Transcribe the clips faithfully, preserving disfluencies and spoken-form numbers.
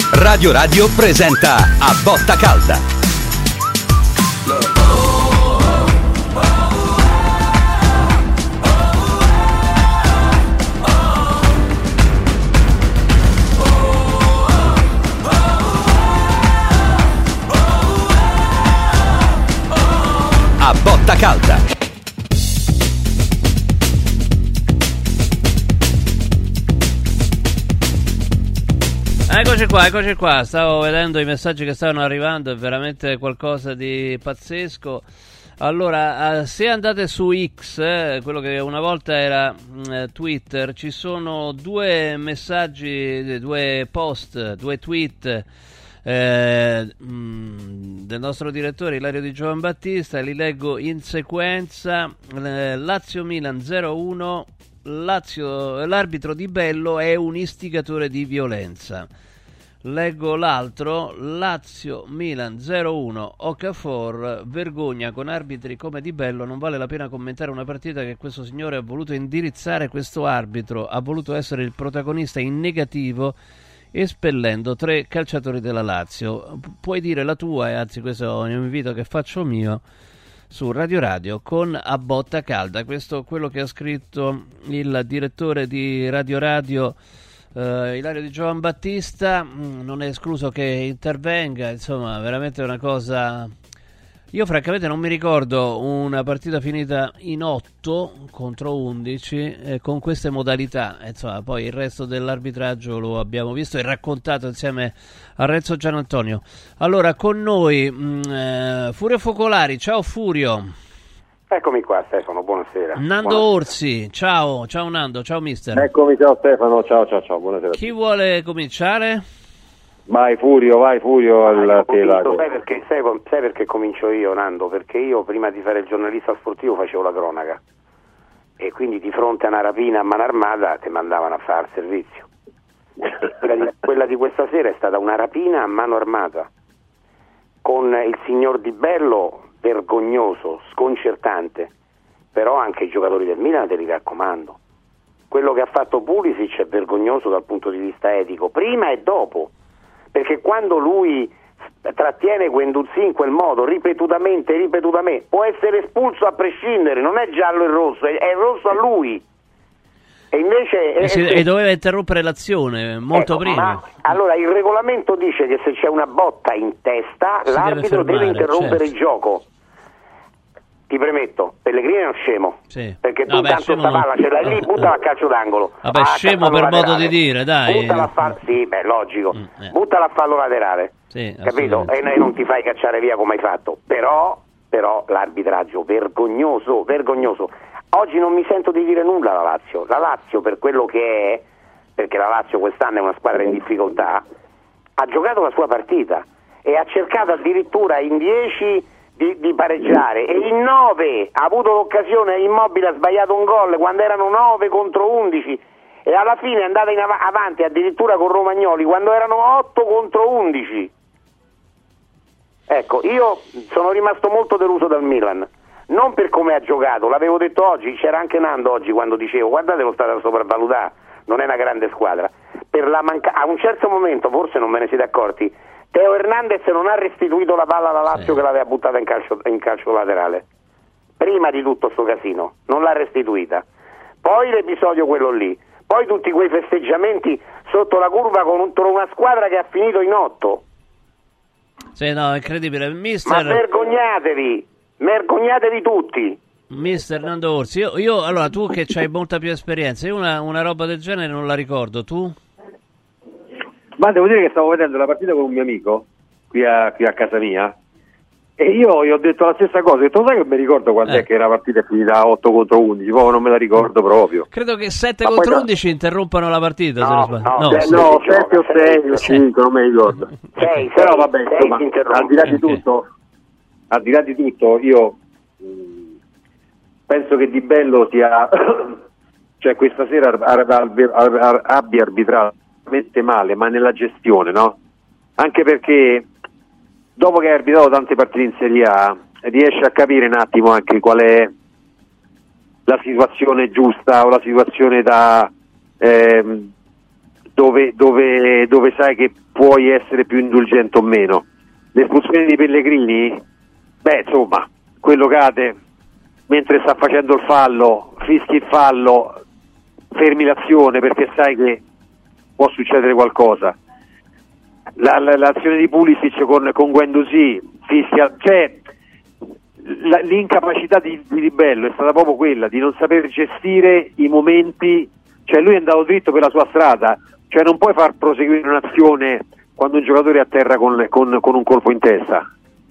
Radio Radio presenta A Botta Calda. A Botta Calda. Eccoci qua, eccoci qua, stavo vedendo i messaggi che stavano arrivando, è veramente qualcosa di pazzesco. Allora, se andate su X, eh, quello che una volta era eh, Twitter, ci sono due messaggi, due post, due tweet eh, mh, del nostro direttore Ilario Di Giovanbattista, li leggo in sequenza. eh, Lazio-Milan zero uno. Lazio, l'arbitro Di Bello è un istigatore di violenza. Leggo l'altro, Lazio-Milan zero uno, Okafor, vergogna con arbitri come Di Bello, non vale la pena commentare una partita che questo signore ha voluto indirizzare, questo arbitro ha voluto essere il protagonista in negativo espellendo tre calciatori della Lazio. Puoi dire la tua, e anzi questo è un invito che faccio mio, su Radio Radio con A Botta Calda. Questo è quello che ha scritto il direttore di Radio Radio eh, Ilario Di Giovanbattista. mm, non è escluso che intervenga, insomma veramente una cosa. Io francamente non mi ricordo una partita finita in otto contro undici eh, con queste modalità. Insomma, poi il resto dell'arbitraggio lo abbiamo visto e raccontato insieme a Renzo Gianantonio. Allora, con noi mh, eh, Furio Focolari. Ciao Furio. Eccomi qua Stefano, buonasera. Nando buonasera. Orsi, ciao, ciao Nando, ciao mister. Eccomi, ciao Stefano, ciao ciao ciao, buonasera. Chi vuole cominciare? Vai Furio, vai Furio al Ah, tela. sai, perché, sai, sai perché comincio io, Nando? Perché io prima di fare il giornalista sportivo facevo la cronaca e quindi di fronte a una rapina a mano armata ti mandavano a fare il servizio. Quella di, quella di questa sera è stata una rapina a mano armata con il signor Di Bello, vergognoso, sconcertante, però anche i giocatori del Milan te li raccomando. Quello che ha fatto Pulisic è vergognoso dal punto di vista etico, prima e dopo. Perché quando lui trattiene Guendouzi in quel modo, ripetutamente, ripetutamente, può essere espulso a prescindere, non è giallo e rosso, è, è rosso a lui. E invece... E, è, si, è, e doveva interrompere l'azione molto ecco, prima. Ma, allora, il regolamento dice che se c'è una botta in testa, Si l'arbitro deve, fermare, deve interrompere certo. il gioco. Ti premetto, Pellegrini è uno scemo, Sì. perché No, tu beh, tanto scemo sta no. palla ce l'hai lì, buttala a calcio d'angolo. Vabbè, Ah, scemo fallo per modo laterale. di dire, dai. Buttala a fa- sì, beh, logico. Mm, eh. Buttala a fallo laterale, Sì, capito? E assolutamente. e non ti fai cacciare via come hai fatto. Però, però l'arbitraggio vergognoso, vergognoso. Oggi non mi sento di dire nulla alla Lazio. La Lazio, per quello che è, perché la Lazio quest'anno è una squadra in difficoltà, ha giocato la sua partita e ha cercato addirittura in dieci di, di pareggiare, e in nove ha avuto l'occasione. Immobile ha sbagliato un gol quando erano nove contro undici, e alla fine è andata in av- avanti addirittura con Romagnoli quando erano otto contro undici. Ecco, io sono rimasto molto deluso dal Milan, non per come ha giocato, l'avevo detto oggi, c'era anche Nando oggi quando dicevo guardate lo state a sopravvalutare, non è una grande squadra, per la manca- a un certo momento, forse non me ne siete accorti, Teo Hernandez non ha restituito la palla alla Lazio, Sì. che l'aveva buttata in calcio, in calcio laterale. Prima di tutto sto casino, non l'ha restituita. Poi l'episodio quello lì. Poi tutti quei festeggiamenti sotto la curva contro una squadra che ha finito in otto. Sì, no, è incredibile. Ma Mister, vergognatevi, vergognatevi tutti. mister Nando Orsi, io, io allora tu che c'hai molta più esperienza, io una, una roba del genere non la ricordo, tu? Ma devo dire che stavo vedendo la partita con un mio amico qui a, qui a casa mia e io gli ho detto la stessa cosa, ho detto sai che mi ricordo quando Eh. è che la partita è finita otto contro undici, poi non me la ricordo proprio. Credo che sette Ma contro poi- undici interrompano la partita, se No, non sbaglio. no, Eh, sì, no, sì, sette o gioca, sei sei, o sei. cinque, non mi ricordo. Sei, Però sei, vabbè, sei, insomma, ti interrompo. al di là di Ok. tutto, al di là di tutto, io mh, penso che Di Bello sia, cioè questa sera ar- ar- ar- ar- abbia arbitrato veramente male, ma nella gestione, no? Anche perché dopo che hai arbitrato tante partite in Serie A, riesci a capire un attimo anche qual è la situazione giusta o la situazione da ehm, dove, dove, dove sai che puoi essere più indulgente o meno. L'espulsione di Pellegrini, beh insomma, quello cade mentre sta facendo il fallo, fischi il fallo, fermi l'azione perché sai che può succedere qualcosa. La, la, l'azione di Pulisic con, con Guendouzi fischia, cioè la, l'incapacità di, di Di Bello è stata proprio quella di non saper gestire i momenti, cioè lui è andato dritto per la sua strada, cioè non puoi far proseguire un'azione quando un giocatore è a terra con, con, con un colpo in testa.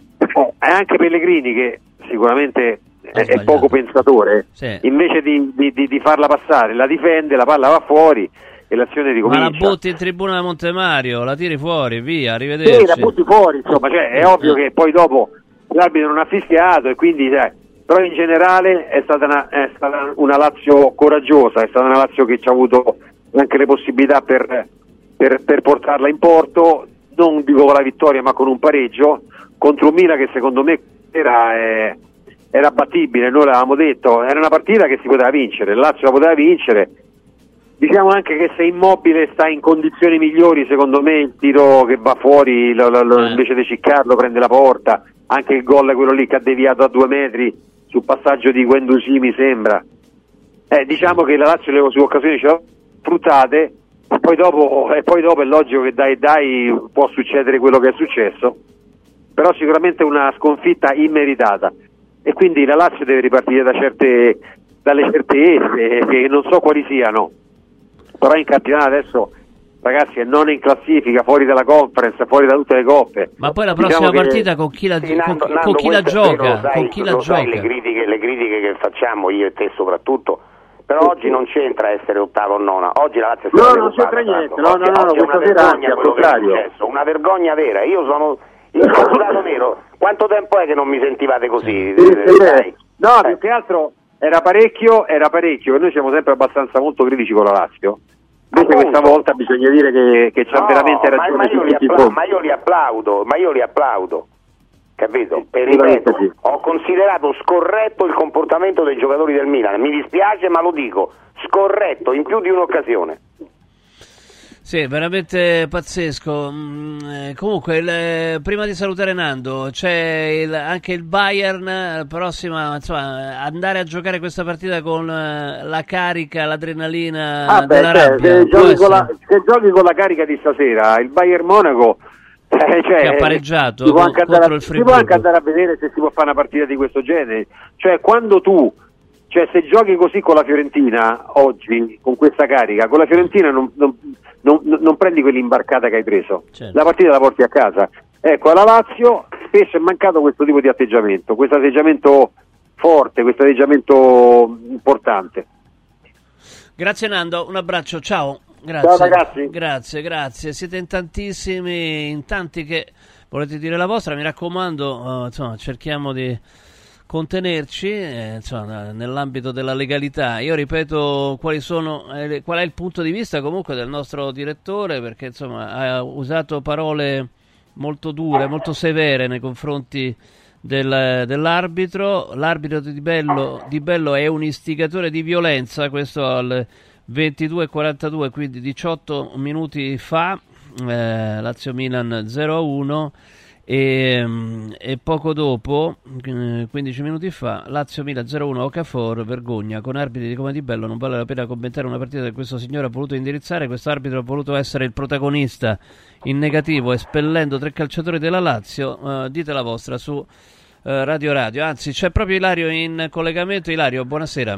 È anche Pellegrini che sicuramente è, è poco pensatore, sì. Invece di, di, di, di farla passare, la difende, la palla va fuori e l'azione ricomincia. Ma la butti in tribuna da Montemario, la tiri fuori, via, arrivederci. Sì, la butti fuori, insomma, cioè, è ovvio che poi dopo l'arbitro non ha fischiato e quindi, cioè, però in generale è stata, una, è stata una Lazio coraggiosa, è stata una Lazio che ci ha avuto anche le possibilità per, per, per portarla in porto, non dico con la vittoria ma con un pareggio, contro un Milan che secondo me era, eh, era battibile, noi l'avevamo detto, era una partita che si poteva vincere, il Lazio la poteva vincere. Diciamo anche che se Immobile sta in condizioni migliori, secondo me il tiro che va fuori lo, lo, lo, invece di ciccarlo prende la porta, anche il gol quello lì che ha deviato a due metri sul passaggio di Guendouzi mi sembra, eh, diciamo che la Lazio le sue occasioni ce l'ha fruttate e poi dopo, e poi dopo è logico che dai dai può succedere quello che è successo, però sicuramente una sconfitta immeritata e quindi la Lazio deve ripartire da certe, dalle certezze che non so quali siano, però in campionato adesso ragazzi è non in classifica, fuori dalla conference, fuori da tutte le coppe. Ma poi la prossima diciamo partita che... con chi la, sì, Nando, con, Nando, con chi la gioca? Vero, sai, con chi la gioca? Sai, le critiche, le critiche che facciamo io e te soprattutto, però sì, oggi non c'entra essere ottavo o nona, oggi la Lazio è stata no, non c'entra niente, no, no, no, no, questa sera anche al contrario. Una vergogna vera, io sono incapsulato nero, quanto tempo è che non mi sentivate così? Sì, sì, sì. No, eh. più che altro era parecchio, era parecchio, e noi siamo sempre abbastanza molto critici con la Lazio. Invece questa volta bisogna dire che, che c'ha no, veramente ragione ma, ma, io appla- ma io li applaudo, ma io li applaudo, capito? E ripeto, sì. Ho considerato scorretto il comportamento dei giocatori del Milan, mi dispiace ma lo dico, scorretto in più di un'occasione. Sì, veramente pazzesco. Mm, eh, comunque, il, prima di salutare Nando, c'è il, anche il Bayern, prossima, insomma, andare a giocare questa partita con uh, la carica, l'adrenalina ah, della beh, rabbia. Se giochi, con la, se giochi con la carica di stasera, il Bayern Monaco eh, cioè, che ha pareggiato si può, con, contro a, il Friburgo. Si può anche andare a vedere se si può fare una partita di questo genere. Cioè, quando tu Cioè se giochi così con la Fiorentina oggi, con questa carica, con la Fiorentina non, non, non, non prendi quell'imbarcata che hai preso, certo. La partita la porti a casa. Ecco, alla Lazio spesso è mancato questo tipo di atteggiamento, questo atteggiamento forte, questo atteggiamento importante. Grazie Nando, un abbraccio, ciao. Grazie. Ciao ragazzi. Grazie, grazie. Siete in tantissimi, in tanti che volete dire la vostra, mi raccomando, uh, insomma, cerchiamo di contenerci eh, insomma, nell'ambito della legalità. Io ripeto quali sono, eh, qual è il punto di vista comunque del nostro direttore, perché insomma ha usato parole molto dure, molto severe nei confronti del, dell'arbitro. L'arbitro di Bello, di Bello è un istigatore di violenza, questo al ventidue e quarantadue, quindi diciotto minuti fa, eh, Lazio-Milan zero a uno. E, e poco dopo, quindici minuti fa, Lazio-Milan zero a uno, Okafor, vergogna, con arbitri di come Di Bello non vale la pena commentare una partita che questo signore ha voluto indirizzare. Questo arbitro ha voluto essere il protagonista in negativo, espellendo tre calciatori della Lazio. Uh, dite la vostra su uh, Radio Radio, anzi c'è proprio Ilario in collegamento. Ilario, buonasera.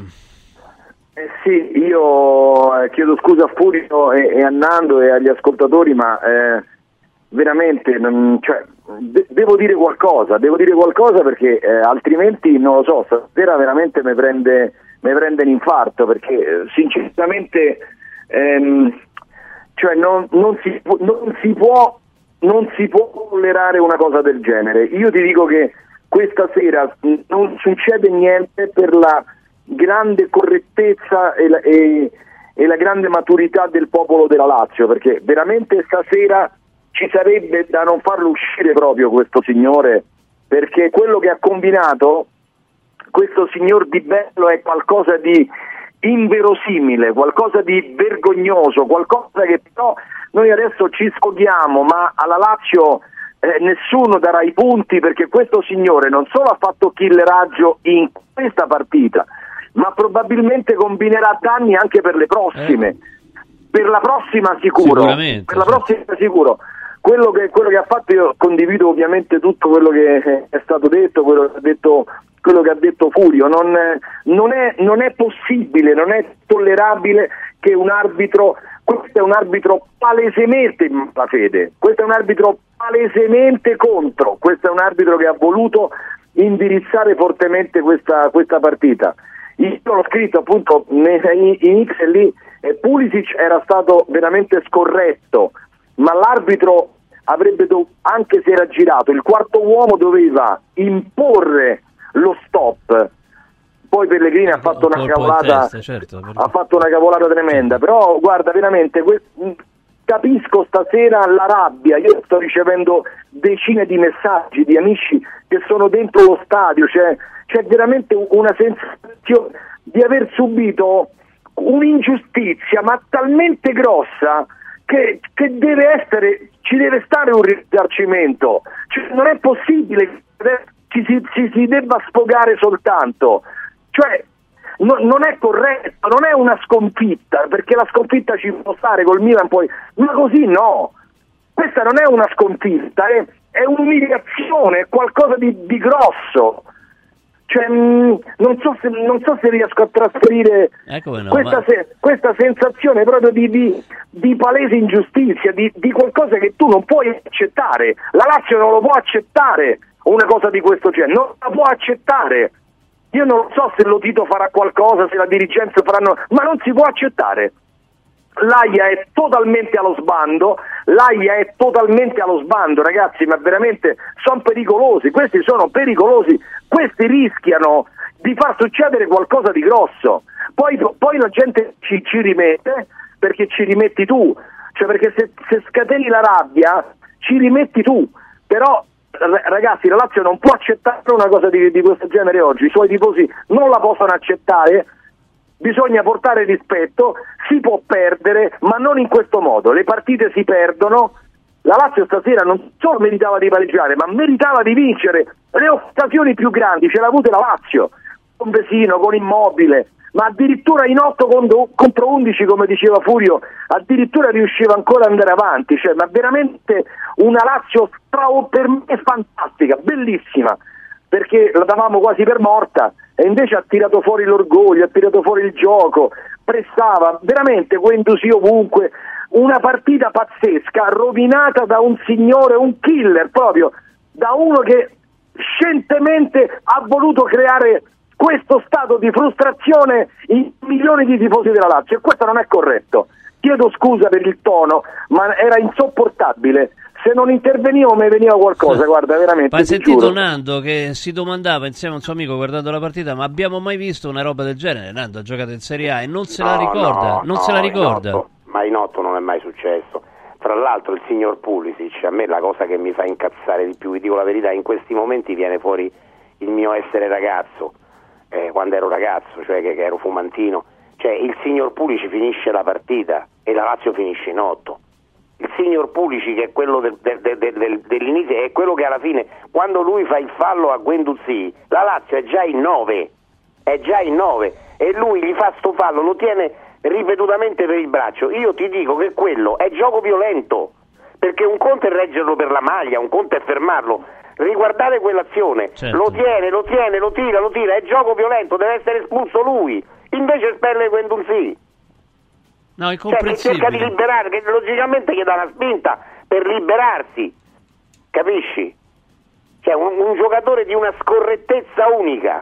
Eh sì, io eh, chiedo scusa a Furio e, e a Nando e agli ascoltatori, ma eh, veramente non, cioè, de- devo dire qualcosa, devo dire qualcosa perché eh, altrimenti non lo so, stasera veramente mi prende, mi prende l'infarto, perché eh, sinceramente ehm, cioè non, non, si, non si può non si può tollerare una cosa del genere. Io ti dico che questa sera non succede niente per la grande correttezza e la, e, e la grande maturità del popolo della Lazio, perché veramente stasera ci sarebbe da non farlo uscire proprio questo signore, perché quello che ha combinato questo signor Di Bello è qualcosa di inverosimile, qualcosa di vergognoso, qualcosa che però noi adesso ci sfoghiamo, ma alla Lazio eh, nessuno darà i punti, perché questo signore non solo ha fatto killeraggio in questa partita, ma probabilmente combinerà danni anche per le prossime. Eh. Per la prossima sicuro, per la prossima sicuro. Quello che, quello che ha fatto, io condivido ovviamente tutto quello che è stato detto, quello che ha detto, quello che ha detto Furio. Non, non, è, non è possibile, non è tollerabile che un arbitro, questo è un arbitro palesemente in malafede, questo è un arbitro palesemente contro, questo è un arbitro che ha voluto indirizzare fortemente questa, questa partita. Io l'ho scritto appunto in, in X e lì, eh, Pulisic era stato veramente scorretto, ma l'arbitro avrebbe dovuto, anche se era girato, il quarto uomo doveva imporre lo stop. Poi Pellegrini ha fatto una cavolata, testa, certo, perché... ha fatto una cavolata tremenda, però guarda veramente que- capisco stasera la rabbia. Io sto ricevendo decine di messaggi di amici che sono dentro lo stadio, cioè c'è veramente una sensazione di aver subito un'ingiustizia ma talmente grossa che, che deve essere, ci deve stare un risarcimento, cioè, non è possibile che ci si, ci si debba sfogare soltanto, cioè no, non è corretto, non è una sconfitta, perché la sconfitta ci può stare col Milan poi, ma così no, questa non è una sconfitta, è, è un'umiliazione, è qualcosa di, di grosso. Cioè, mh, non so se non so se riesco a trasferire ecco no, questa, ma... se, questa sensazione proprio di, di, di palese ingiustizia, di, di qualcosa che tu non puoi accettare. La Lazio non lo può accettare, una cosa di questo genere, non la può accettare. Io non so se lo Tito farà qualcosa, se la dirigenza faranno, ma non si può accettare. L'Aia è totalmente allo sbando, l'Aia è totalmente allo sbando, ragazzi, ma veramente sono pericolosi, questi sono pericolosi, questi rischiano di far succedere qualcosa di grosso, poi, poi la gente ci, ci rimette, perché ci rimetti tu, cioè perché se, se scateni la rabbia ci rimetti tu, però ragazzi la Lazio non può accettare una cosa di, di questo genere oggi, i suoi tifosi non la possono accettare. Bisogna portare rispetto, si può perdere, ma non in questo modo. Le partite si perdono. La Lazio stasera non solo meritava di pareggiare, ma meritava di vincere. Le occasioni più grandi ce l'ha avute la Lazio, con Vesino, con Immobile, ma addirittura in otto contro undici, come diceva Furio, addirittura riusciva ancora ad andare avanti. Cioè, ma veramente una Lazio stra- per me fantastica, bellissima, perché la davamo quasi per morta. E invece ha tirato fuori l'orgoglio, ha tirato fuori il gioco, pressava, veramente Guendouzi ovunque, una partita pazzesca, rovinata da un signore, un killer proprio, da uno che scientemente ha voluto creare questo stato di frustrazione in milioni di tifosi della Lazio, e questo non è corretto. Chiedo scusa per il tono, ma era insopportabile. Se non intervenivo mi veniva qualcosa, guarda, veramente. Ma hai sentito Nando che si domandava insieme a un suo amico guardando la partita, ma abbiamo mai visto una roba del genere? Nando ha giocato in Serie A e non se no, la ricorda, no, non no, se la ricorda. In otto, ma in otto non è mai successo. Tra l'altro il signor Pulisic, a me la cosa che mi fa incazzare di più, vi dico la verità, in questi momenti viene fuori il mio essere ragazzo, eh, quando ero ragazzo, cioè che, che ero fumantino, cioè il signor Pulisic finisce la partita e la Lazio finisce in otto. Il signor Pulisic, che è quello del, del, del, del, dell'inizio, è quello che alla fine, quando lui fa il fallo a Guendouzi, la Lazio è già in nove, è già in nove, e lui gli fa sto fallo, lo tiene ripetutamente per il braccio. Io ti dico che quello è gioco violento, perché un conto è reggerlo per la maglia, un conto è fermarlo. Riguardate quell'azione, certo. lo tiene, lo tiene, lo tira, lo tira, è gioco violento, deve essere espulso lui, invece espelle Guendouzi. No, è cioè, che cerca di liberare, che logicamente gli dà una spinta per liberarsi, capisci? Cioè un, un giocatore di una scorrettezza unica.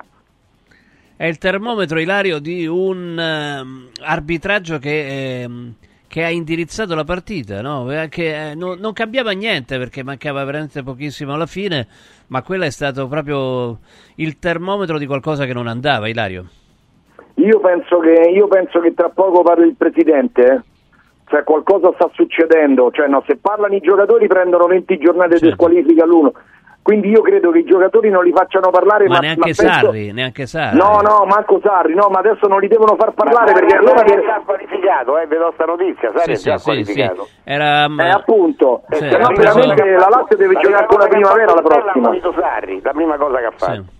È il termometro, Ilario, di un uh, arbitraggio che, uh, che ha indirizzato la partita, no? Che, uh, no, non cambiava niente perché mancava veramente pochissimo alla fine, ma quello è stato proprio il termometro di qualcosa che non andava, Ilario. Io penso che io penso che tra poco parli il presidente, eh? Cioè qualcosa sta succedendo, cioè no, se parlano i giocatori prendono venti giornate certo. di squalifica all'uno. Quindi io credo che i giocatori non li facciano parlare. Ma, ma neanche ma penso... Sarri, neanche Sarri. No, no, manco Sarri, no, ma adesso non li devono far parlare ma perché allora... Sarri è già qualificato, eh, vedo sta notizia, Sarri è Sì, già sì, qualificato. sì, sì. Era, Eh, appunto, Sì, se no ha preso- veramente la Lazio deve La giocare prima con la cosa che ha primavera la fatto Stella prossima. ha vinto Sarri, la prima cosa che ha fatto. Sì.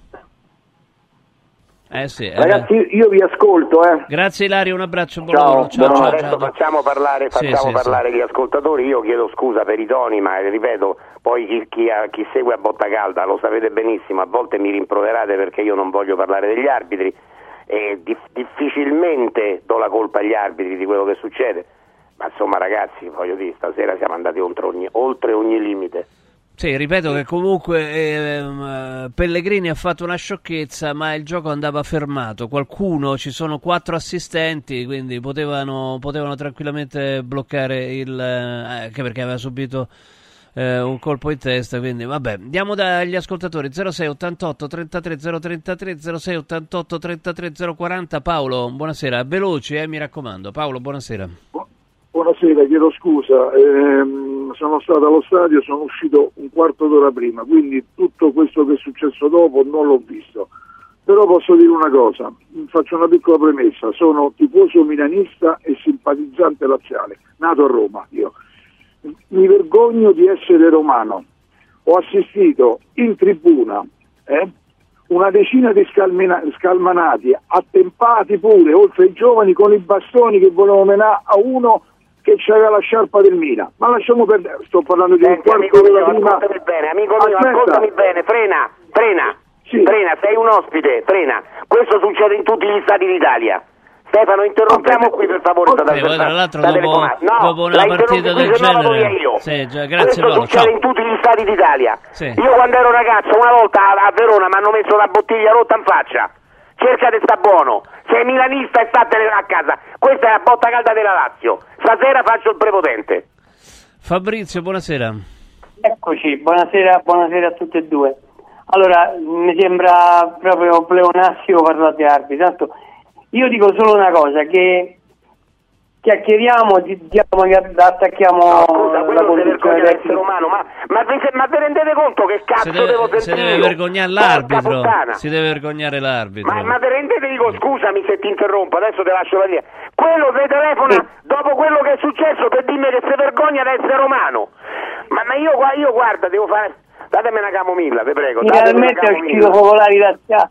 Eh sì, eh. Ragazzi, io vi ascolto, eh. Grazie Ilario, un abbraccio, buon Ciao, lavoro. ciao, buon- ciao, Adesso ciao. facciamo parlare, Sì, facciamo sì, parlare gli ascoltatori. Io chiedo scusa per i toni, ma ripeto, poi chi, chi, ha- chi segue a botta calda lo sapete benissimo, a volte mi rimproverate perché io non voglio parlare degli arbitri e dif- difficilmente do la colpa agli arbitri di quello che succede, ma insomma ragazzi, voglio dire, stasera siamo andati oltre ogni, oltre ogni limite. Sì, ripeto che comunque ehm, Pellegrini ha fatto una sciocchezza, ma il gioco andava fermato. Qualcuno, ci sono quattro assistenti, quindi potevano, potevano tranquillamente bloccare il... Eh, anche perché aveva subito eh, un colpo in testa, quindi vabbè. Andiamo dagli ascoltatori. zero sei ottantotto trentatré zero trentatré, zero sei ottantotto trentatré zero quaranta. Paolo, buonasera. Veloci, eh, mi raccomando. Paolo, buonasera. Buonasera, chiedo scusa, ehm, sono stato allo stadio, sono uscito un quarto d'ora prima, quindi tutto questo che è successo dopo non l'ho visto. Però posso dire una cosa, faccio una piccola premessa, sono tifoso milanista e simpatizzante laziale, nato a Roma io. Mi vergogno di essere romano, ho assistito in tribuna eh, una decina di scalmina- scalmanati, attempati pure, oltre ai giovani con i bastoni che volevano menare a uno che c'aveva la sciarpa del Milan, ma lasciamo perdere, sto parlando di un Senti, quarto amico d'ora mio, prima. ascoltami bene, amico mio, Aspetta. ascoltami bene, frena, frena, Sì. frena, sei un ospite, frena. Questo succede in tutti gli stati d'Italia. Stefano, interrompiamo qui per favore. Sì, sta- Sì, sta- poi tra l'altro sta dopo, telefonata. No, dopo una la partita interrompi del qui, se no vado genere... via io. Sì, già, grazie Questo Paolo, succede ciao. in tutti gli stati d'Italia. Sì. Io quando ero ragazzo una volta a, a Verona mi hanno messo la bottiglia rotta in faccia. Cerca di sta buono. Sei milanista e statene a casa. Questa è la botta calda della Lazio. Stasera faccio il prepotente. Fabrizio, buonasera. Eccoci, buonasera, buonasera a tutti e due. Allora, mi sembra proprio pleonastico parlare di arbitri, tanto io dico solo una cosa, che chiacchieriamo, diciamo che attacchiamo No, scusa, la quello si condizione vergogna di essere tecnica. umano, ma, ma, vi, ma vi rendete conto che cazzo Si deve, devo si sentire deve io? vergognare Porca l'arbitro. puttana. Si deve vergognare l'arbitro. Ma, ma vi rendete, dico scusami se ti interrompo, adesso te lascio la via. Quello che telefona dopo quello che è successo per dirmi che si vergogna di essere romano. Ma, ma io, io guarda, devo fare... Datemi una camomilla, vi prego. Datemi una Finalmente è uscito camomilla. popolari razziali.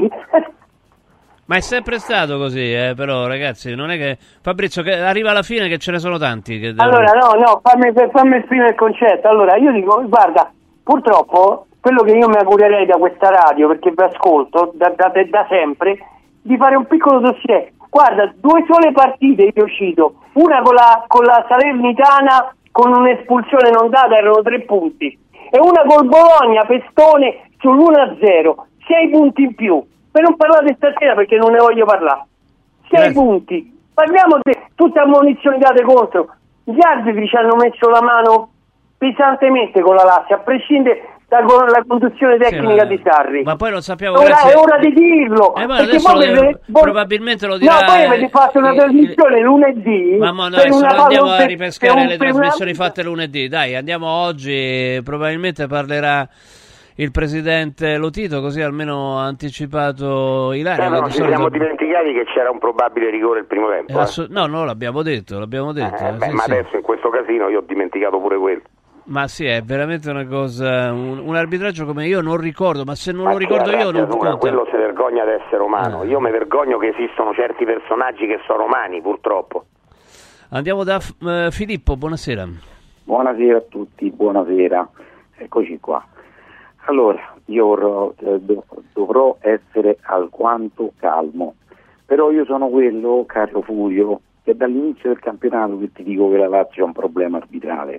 Ma è sempre stato così, eh, però ragazzi, non è che... Fabrizio, che arriva alla fine che ce ne sono tanti. Che devono- Allora, no, no, fammi, fammi esprimere il concetto. Allora, io dico, guarda, purtroppo, quello che io mi augurerei da questa radio, perché vi ascolto da, da, da sempre, di fare un piccolo dossier. Guarda, due sole partite io ho uscito, una con la, con la Salernitana, con un'espulsione non data, erano tre punti, e una col Bologna, Pestone, sull'uno a zero, sei punti in più. Per non parlare stasera perché non ne voglio parlare. Sei Grazie. punti. Parliamo di tutte ammonizioni date contro. Gli arbitri ci hanno messo la mano pesantemente con la Lazio, a prescindere dalla conduzione tecnica Sì, ma- di Sarri. Ma poi lo sappiamo Ora grazie... è ora di dirlo. Eh, ma perché adesso poi lo per- deve- voi- probabilmente lo dirà... No, poi avete fatto una eh, trasmissione lunedì. Ma mo, no, per adesso una non andiamo palla- a per- ripescare per un- le per una- trasmissioni fatte lunedì. Dai, andiamo oggi. Probabilmente parlerà il presidente Lotito, così almeno ha anticipato Ilaria. Stefano, che di ci solito- siamo dimenticati che c'era un probabile rigore il primo tempo. Eh, eh. assu- No, no, l'abbiamo detto, l'abbiamo detto. Eh, eh, beh, sì, ma sì. adesso in questo casino io ho dimenticato pure quello. Ma sì, è veramente una cosa, un, un arbitraggio come io non ricordo, ma se non Ma lo che ricordo io non arrabbiatura, conta. quello si vergogna di essere romano. Eh. Io mi vergogno che esistono certi personaggi che sono romani, purtroppo. Andiamo da F- eh, Filippo, buonasera. Buonasera a tutti, buonasera, eccoci qua. Allora, io vorrò, eh, dov- dovrò essere alquanto calmo, però io sono quello, Carlo Furio, che dall'inizio del campionato che ti dico che la Lazio ha un problema arbitrale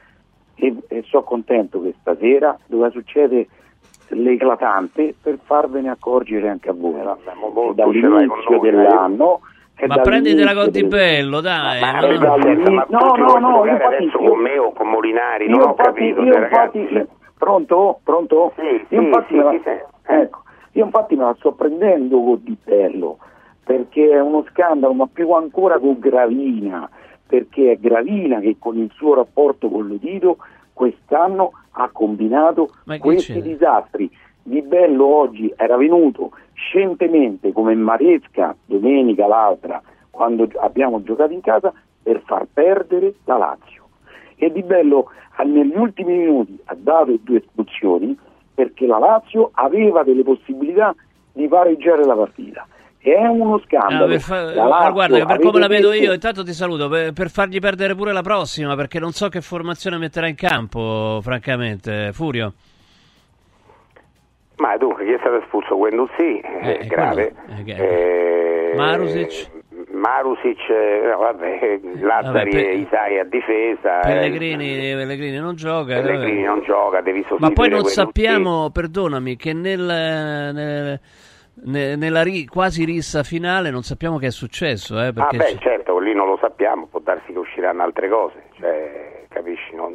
e, e sono contento che stasera dove succede l'eclatante per farvene accorgere anche a voi. Vabbè, mo- mo- tu ce l'hai con Dall'inizio noi, dell'anno e Ma prenditela dall'inizio con del- Di Bello, dai. Ma, no? ma, pazienza, ma No, tu ti no, vuoi no, giocare infatti adesso io- con me o con Molinari? Non Io ho infatti, capito, io cioè, infatti, ragazzi. io- pronto? Pronto? Sì, io sì, infatti sì, me la, sì, sì. ecco, io infatti me la sto prendendo con Di Bello, perché è uno scandalo, ma più ancora con Gravina, perché è Gravina che con il suo rapporto con Lotito quest'anno ha combinato Ma che questi c'è? disastri. Di Bello oggi era venuto scientemente come Maresca domenica l'altra quando abbiamo giocato in casa per far perdere la Lazio, e Di Bello negli ultimi minuti ha dato due espulsioni perché la Lazio aveva delle possibilità di pareggiare la partita. È uno scandalo. Ah, per fa- La Lazio, guarda, per come la vedo detto... io, intanto ti saluto, per, per fargli perdere pure la prossima, perché non so che formazione metterà in campo, francamente, Furio. Ma dunque, chi è stato espulso? Guendouzi, Eh, eh, grave. quello- eh, Eh, Marusic? Marusic, eh, no, vabbè, Lazzari Vabbè, pe- e Isai a difesa. Pellegrini, eh, Pellegrini non gioca. Pellegrini vabbè. non gioca, devi sostituire Ma poi non Guendouzi. sappiamo, perdonami, che nel, nel- ne- nella ri- quasi rissa finale non sappiamo che è successo. Eh, Ah perché beh, c'è- certo, lì non lo sappiamo, può darsi che usciranno altre cose, cioè, capisci? Non,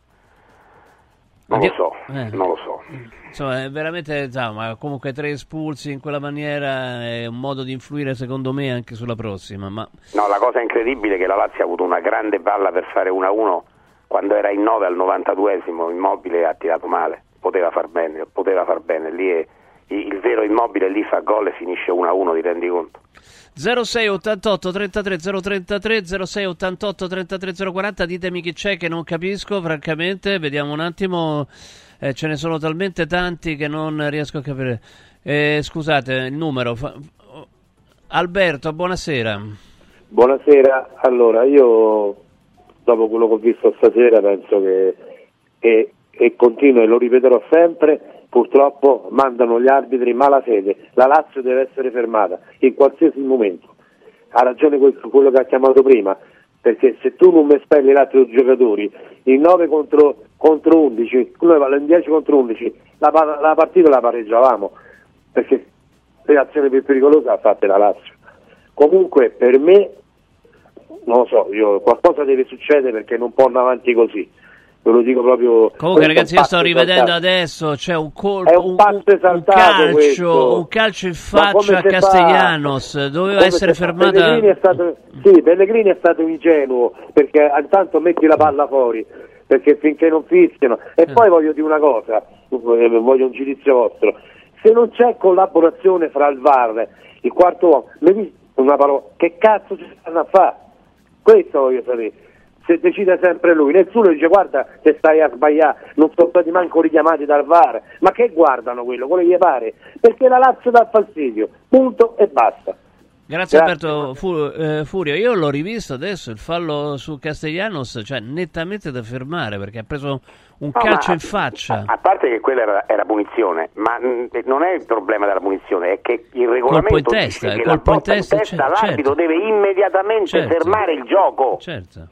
non lo Addio- so, eh. non lo so. Insomma, è veramente, insomma, comunque tre espulsi in quella maniera è un modo di influire, secondo me, anche sulla prossima. Ma No, la cosa incredibile è che la Lazio ha avuto una grande palla per fare uno a uno quando era in nove al novantaduesimo, Immobile ha tirato male, poteva far bene, poteva far bene, lì è, il, il vero Immobile lì fa gol e finisce uno a uno, ti rendi conto? zero sei ottantotto trentatré zero trentatré zero sei ottantotto trentatré zero quaranta, ditemi chi c'è che non capisco, francamente, vediamo un attimo, eh, ce ne sono talmente tanti che non riesco a capire. Eh, scusate, il numero. Fa... Alberto, buonasera. Buonasera, allora io dopo quello che ho visto stasera penso che e, e continuo e lo ripeterò sempre, purtroppo mandano gli arbitri malafede, la Lazio deve essere fermata in qualsiasi momento. Ha ragione questo, quello che ha chiamato prima, perché se tu non mi espelli gli altri giocatori in nove contro, contro undici, noi in dieci contro undici la, la partita la pareggiavamo, perché le azioni più pericolose ha fatte la Lazio. Comunque per me non lo so, io, qualcosa deve succedere perché non può andare avanti così, ve lo dico proprio. Comunque ragazzi, io sto rivedendo esaltato. adesso, c'è un colpo, È un passo un, esaltato calcio, questo. un calcio in Ma come faccia a si fa? Castellanos, doveva Come essere si fa? fermata. Pellegrini è stato, sì, Pellegrini è stato ingenuo perché intanto metti la palla fuori perché finché non fischiano. E Eh. poi voglio dire una cosa, voglio un giudizio vostro, se non c'è collaborazione fra il V A R, il quarto uomo, mi dite una parola, che cazzo ci stanno a fare? Questo voglio sapere. Se decide sempre lui, nessuno dice guarda che stai a sbagliare, non sono stati manco richiamati dal V A R, ma che guardano quello, quello gli pare, perché la Lazio dà fastidio, punto e basta. Grazie, Grazie. Alberto Fu- eh, Furio. Io l'ho rivisto adesso, il fallo su Castellanos, cioè nettamente da fermare perché ha preso un No, calcio ma in faccia. A, a parte che quella era, era punizione, ma mh, non è il problema della punizione, è che il regolamento Colpo in testa, dice il che la colpo in botta testa, testa cer- l'arbitro certo. deve immediatamente Certo. fermare il gioco. Certo.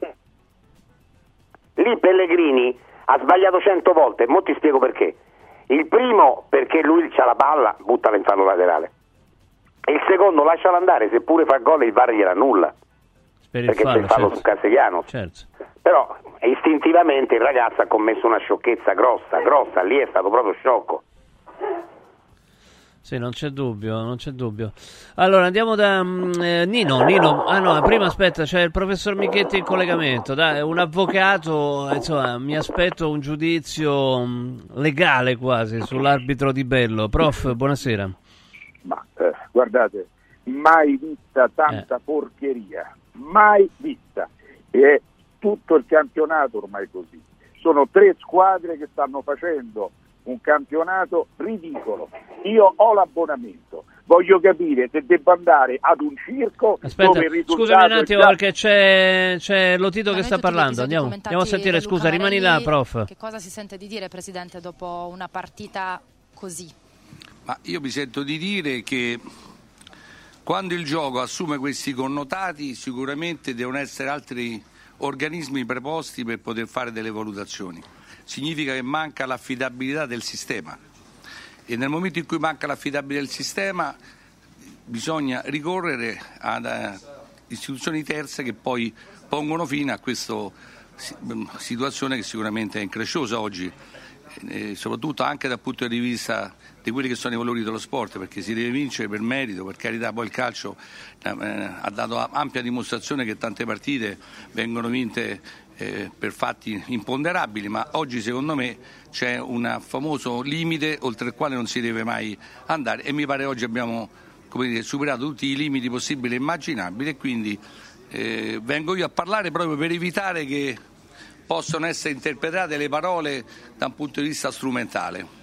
Lì Pellegrini ha sbagliato cento volte, mo ti spiego perché. Il primo perché lui c'ha la palla, buttala in fallo laterale. E il secondo lasciala andare, seppure fa gol il V A R gliela annulla. Per il Perché fallo, c'è il fallo certo. su Castellanos. Certo. Però istintivamente il ragazzo ha commesso una sciocchezza grossa, grossa, lì è stato proprio sciocco. Sì, non c'è dubbio, non c'è dubbio. Allora andiamo da mm, eh, Nino, Nino, ah no, prima aspetta, c'è il professor Michetti in collegamento, dai, un avvocato, insomma, mi aspetto un giudizio mm, legale quasi sull'arbitro Di Bello. Prof, buonasera. Ma eh, guardate, mai vista tanta Eh. porcheria, mai vista. E è tutto il campionato ormai così. Sono tre squadre che stanno facendo un campionato ridicolo. Io ho l'abbonamento, voglio capire se devo andare ad un circo Aspetta, dove il risultato scusami un attimo è già... perché c'è, c'è Lotito Ma che noi sta tutti gli parlando. episodi Andiamo, commentati andiamo a sentire, da Luca scusa, rimani là, Marelli, prof. Che cosa si sente di dire, Presidente, dopo una partita così? Ma io mi sento di dire che quando il gioco assume questi connotati sicuramente devono essere altri organismi preposti per poter fare delle valutazioni. Significa che manca l'affidabilità del sistema e nel momento in cui manca l'affidabilità del sistema bisogna ricorrere ad uh, istituzioni terze che poi pongono fine a questa situazione che sicuramente è incresciosa oggi, eh, soprattutto anche dal punto di vista di quelli che sono i valori dello sport, perché si deve vincere per merito, per carità, poi il calcio eh, ha dato ampia dimostrazione che tante partite vengono vinte eh, per fatti imponderabili, ma oggi secondo me c'è un famoso limite oltre il quale non si deve mai andare e mi pare oggi abbiamo, come dire, superato tutti i limiti possibili e immaginabili e quindi eh, vengo io a parlare proprio per evitare che possano essere interpretate le parole da un punto di vista strumentale.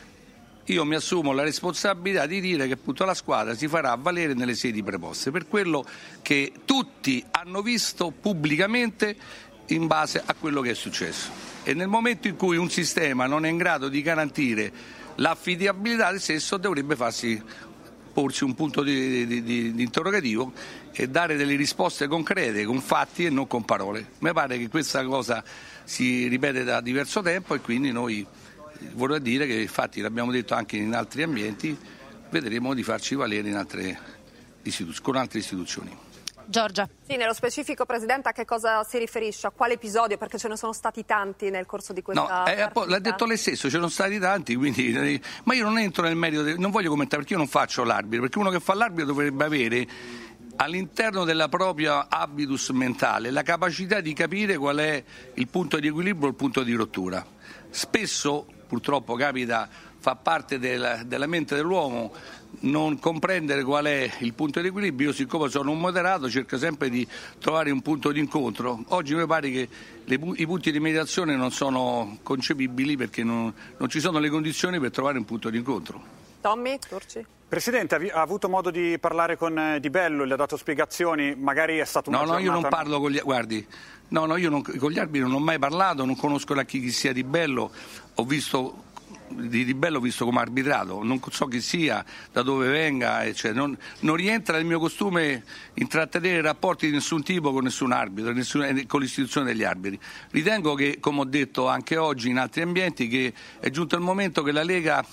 Io mi assumo la responsabilità di dire che appunto la squadra si farà valere nelle sedi preposte per quello che tutti hanno visto pubblicamente in base a quello che è successo. E nel momento in cui un sistema non è in grado di garantire l'affidabilità del stesso dovrebbe farsi porsi un punto di, di, di, di interrogativo e dare delle risposte concrete con fatti e non con parole. Mi pare che questa cosa si ripete da diverso tempo e quindi noi vorrei dire che infatti l'abbiamo detto anche in altri ambienti, vedremo di farci valere in altre istituz- con altre istituzioni. Giorgia. Sì, nello specifico, Presidente, a che cosa si riferisce? A quale episodio? Perché ce ne sono stati tanti nel corso di questa No, eh, l'ha detto lei stesso, ce ne sono stati tanti, quindi, ma io non entro nel merito, de, non voglio commentare perché io non faccio l'arbitro, perché uno che fa l'arbitro dovrebbe avere all'interno della propria habitus mentale la capacità di capire qual è il punto di equilibrio o il punto di rottura. Spesso purtroppo capita, fa parte del, della mente dell'uomo non comprendere qual è il punto di equilibrio. Io siccome sono un moderato cerco sempre di trovare un punto di incontro. Oggi mi pare che le, i punti di mediazione non sono concepibili perché non, non ci sono le condizioni per trovare un punto di incontro. Tommy, Turci. Presidente, ha avuto modo di parlare con Di Bello, le ha dato spiegazioni, magari è stato una No, no, giornata... io non parlo con gli guardi. No, no, io non, con gli arbitri non ho mai parlato, non conosco da chi, chi sia Di Bello, ho visto di Di Bello visto come arbitrato, non so chi sia, da dove venga, cioè, non, non rientra nel mio costume intrattenere rapporti di nessun tipo con nessun arbitro, nessun, con l'istituzione degli arbitri. Ritengo che, come ho detto anche oggi in altri ambienti, che è giunto il momento che la Lega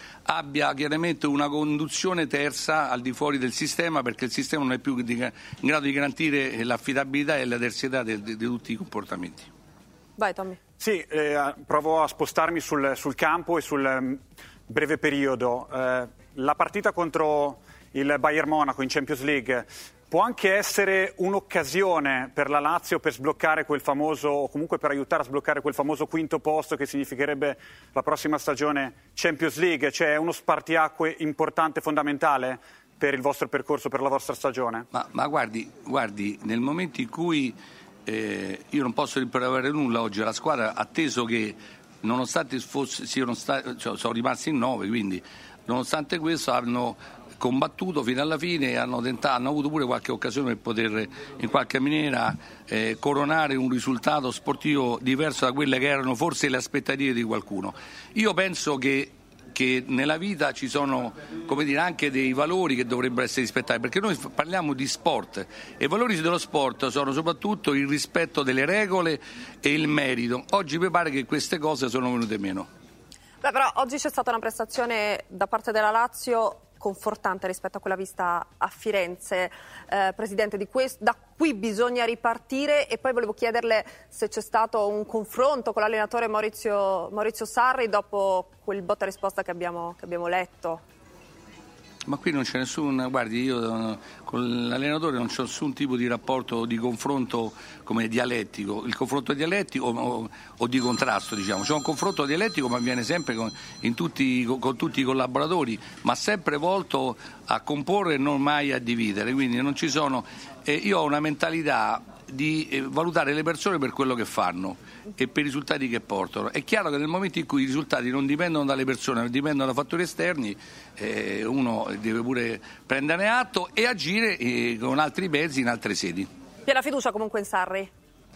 abbia chiaramente una conduzione terza al di fuori del sistema, perché il sistema non è più di, in grado di garantire l'affidabilità e la terzietà di, di, di tutti i comportamenti. Vai Tommy. Sì, eh, provo a spostarmi sul, sul campo e sul um, breve periodo. Eh, la partita contro il Bayern Monaco in Champions League può anche essere un'occasione per la Lazio per sbloccare quel famoso, o comunque per aiutare a sbloccare quel famoso quinto posto che significherebbe la prossima stagione Champions League, cioè uno spartiacque importante, fondamentale per il vostro percorso, per la vostra stagione? Ma, ma guardi, guardi, nel momento in cui eh, io non posso rimproverare nulla oggi alla squadra, atteso che nonostante fosse, siano stati, cioè, sono rimasti in nove, quindi nonostante questo hanno combattuto fino alla fine e hanno, tentato, hanno avuto pure qualche occasione per poter in qualche maniera eh, coronare un risultato sportivo diverso da quelle che erano forse le aspettative di qualcuno. Io penso che, che nella vita ci sono, come dire, anche dei valori che dovrebbero essere rispettati, perché noi parliamo di sport e i valori dello sport sono soprattutto il rispetto delle regole e il merito. Oggi mi pare che queste cose sono venute meno. Beh, però oggi c'è stata una prestazione da parte della Lazio confortante rispetto a quella vista a Firenze, eh, Presidente, di questo, da qui bisogna ripartire. E poi volevo chiederle se c'è stato un confronto con l'allenatore Maurizio, Maurizio Sarri dopo quel botta e risposta che abbiamo, che abbiamo letto. Ma qui non c'è nessun, guardi, io con l'allenatore non c'è nessun tipo di rapporto di confronto come dialettico, il confronto dialettico o, o, o di contrasto, diciamo. C'è un confronto dialettico, ma avviene sempre con, in tutti, con, con tutti i collaboratori, ma sempre volto a comporre e non mai a dividere, quindi non ci sono, eh, io ho una mentalità di eh, valutare le persone per quello che fanno e per i risultati che portano. È chiaro che nel momento in cui i risultati non dipendono dalle persone, ma dipendono da fattori esterni, eh, uno deve pure prenderne atto e agire eh, con altri mezzi in altre sedi. Piena fiducia comunque in Sarri?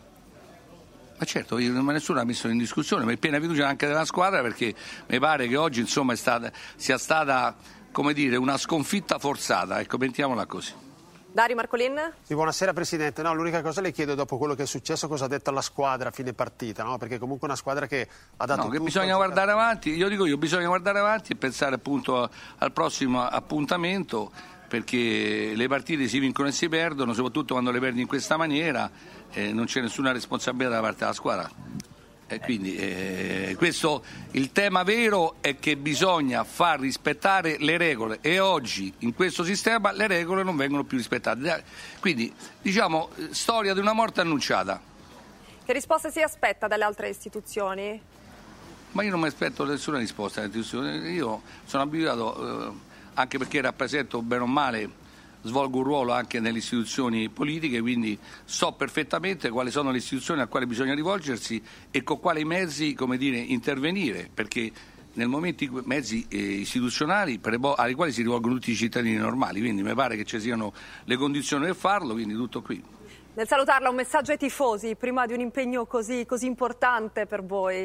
Ma certo, io, ma nessuno ha messo in discussione, ma è piena fiducia anche della squadra, perché mi pare che oggi insomma è stata, sia stata, come dire, una sconfitta forzata, ecco, mettiamola così. Dario Marcolin? Sì, buonasera Presidente. No, l'unica cosa le chiedo, dopo quello che è successo, cosa ha detto alla squadra a fine partita, no? Perché comunque è una squadra che ha dato no, che tutto, bisogna guardare avanti, io dico io, bisogna guardare avanti e pensare appunto al prossimo appuntamento, perché le partite si vincono e si perdono, soprattutto quando le perdi in questa maniera, eh, non c'è nessuna responsabilità da parte della squadra. E quindi eh, questo, il tema vero è che bisogna far rispettare le regole e oggi in questo sistema le regole non vengono più rispettate. Quindi diciamo storia di una morte annunciata. Che risposte si aspetta dalle altre istituzioni? Ma io non mi aspetto nessuna risposta. Io sono abituato, eh, anche perché rappresento bene o male, svolgo un ruolo anche nelle istituzioni politiche, quindi so perfettamente quali sono le istituzioni a quali bisogna rivolgersi e con quali mezzi, come dire, intervenire, perché nel momento in cui mezzi eh, istituzionali ai quali si rivolgono tutti i cittadini normali, quindi mi pare che ci siano le condizioni per farlo, quindi tutto qui. Nel salutarla, un messaggio ai tifosi prima di un impegno così, così importante per voi?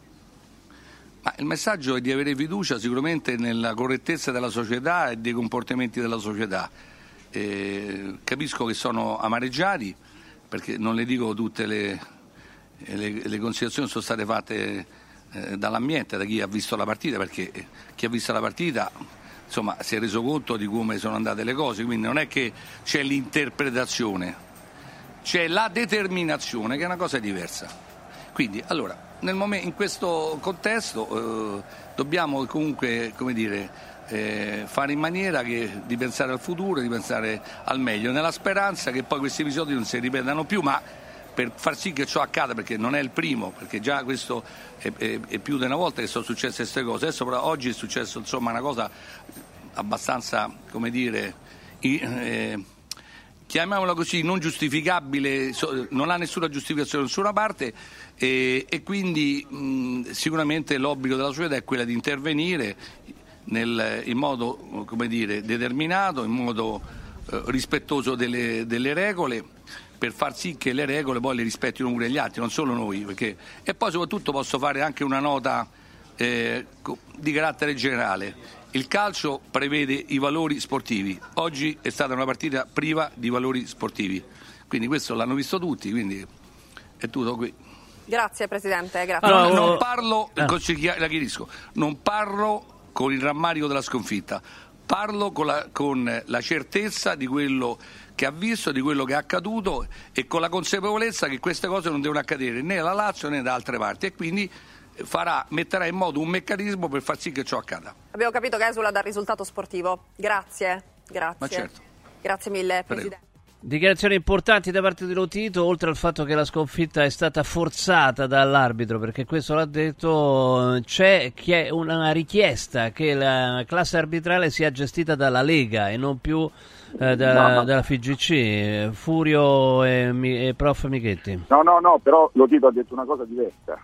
Ma il messaggio è di avere fiducia sicuramente nella correttezza della società e dei comportamenti della società. Eh, capisco che sono amareggiati, perché non le dico tutte le, le, le considerazioni sono state fatte eh, dall'ambiente, da chi ha visto la partita, perché chi ha visto la partita insomma si è reso conto di come sono andate le cose, quindi non è che c'è l'interpretazione, c'è la determinazione, che è una cosa diversa. Quindi allora nel momento, in questo contesto eh, dobbiamo comunque, come dire, Eh, fare in maniera che, di pensare al futuro, di pensare al meglio, nella speranza che poi questi episodi non si ripetano più, ma per far sì che ciò accada, perché non è il primo, perché già questo è, è, è più di una volta che sono successe queste cose. Adesso però oggi è successo insomma una cosa abbastanza, come dire, eh, chiamiamola così, non giustificabile, non ha nessuna giustificazione da nessuna parte, e, e quindi mh, sicuramente l'obbligo della società è quella di intervenire Nel, in modo, come dire, determinato, in modo eh, rispettoso delle, delle regole, per far sì che le regole poi le rispettino pure gli altri, non solo noi. Perché... E poi soprattutto posso fare anche una nota eh, di carattere generale. Il calcio prevede i valori sportivi. Oggi è stata una partita priva di valori sportivi. Quindi questo l'hanno visto tutti, quindi è tutto qui. Grazie Presidente, grazie. Allora, non, non parlo, eh. la chiarisco, non parlo con il rammarico della sconfitta, parlo con la, con la certezza di quello che ha visto, di quello che è accaduto, e con la consapevolezza che queste cose non devono accadere né alla Lazio né da altre parti, e quindi farà, metterà in moto un meccanismo per far sì che ciò accada. Abbiamo capito che esula dal risultato sportivo. Grazie, grazie. Ma certo. Grazie mille Presidente. Prego. Dichiarazioni importanti da parte di Lotito, oltre al fatto che la sconfitta è stata forzata dall'arbitro, perché questo l'ha detto, c'è una richiesta che la classe arbitrale sia gestita dalla Lega e non più eh, da, no, no. dalla F I G C. Furio e, e Prof Michetti. No, no, no, però Lotito ha detto una cosa diversa.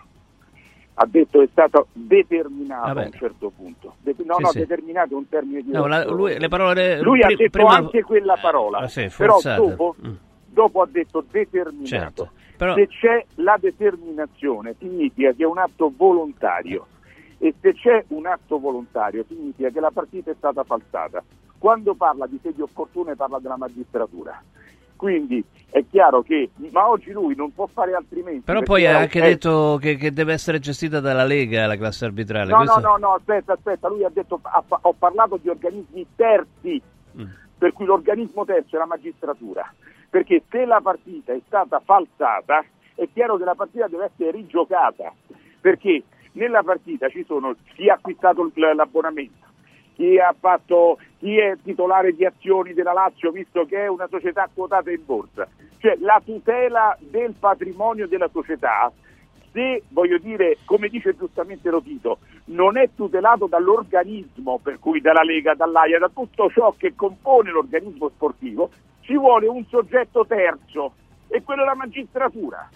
Ha detto è stato determinato Vabbè. a un certo punto. De- no, sì, no, sì. determinato è un termine diverso. No, la, lui, le parole, lui pri- ha detto prima... anche quella parola, ah, sì, però dopo, mm. dopo ha detto determinato. Certo. Però... Se c'è la determinazione significa che è un atto volontario, e se c'è un atto volontario significa che la partita è stata falsata. Quando parla di sedi opportune parla della magistratura. Quindi è chiaro che, ma oggi lui non può fare altrimenti. Però poi ha anche è... detto che, che deve essere gestita dalla Lega la classe arbitrale. No, Questo... no, no, no, aspetta, aspetta, lui ha detto, ha, ho parlato di organismi terzi, mm. per cui l'organismo terzo è la magistratura, perché se la partita è stata falsata è chiaro che la partita deve essere rigiocata, perché nella partita ci sono chi ha acquistato l'abbonamento, chi ha fatto, chi è titolare di azioni della Lazio, visto che è una società quotata in borsa, cioè la tutela del patrimonio della società, se, voglio dire, come dice giustamente Lotito, non è tutelato dall'organismo, per cui dalla Lega, dall'A I A, da tutto ciò che compone l'organismo sportivo, ci vuole un soggetto terzo, e quello è la magistratura.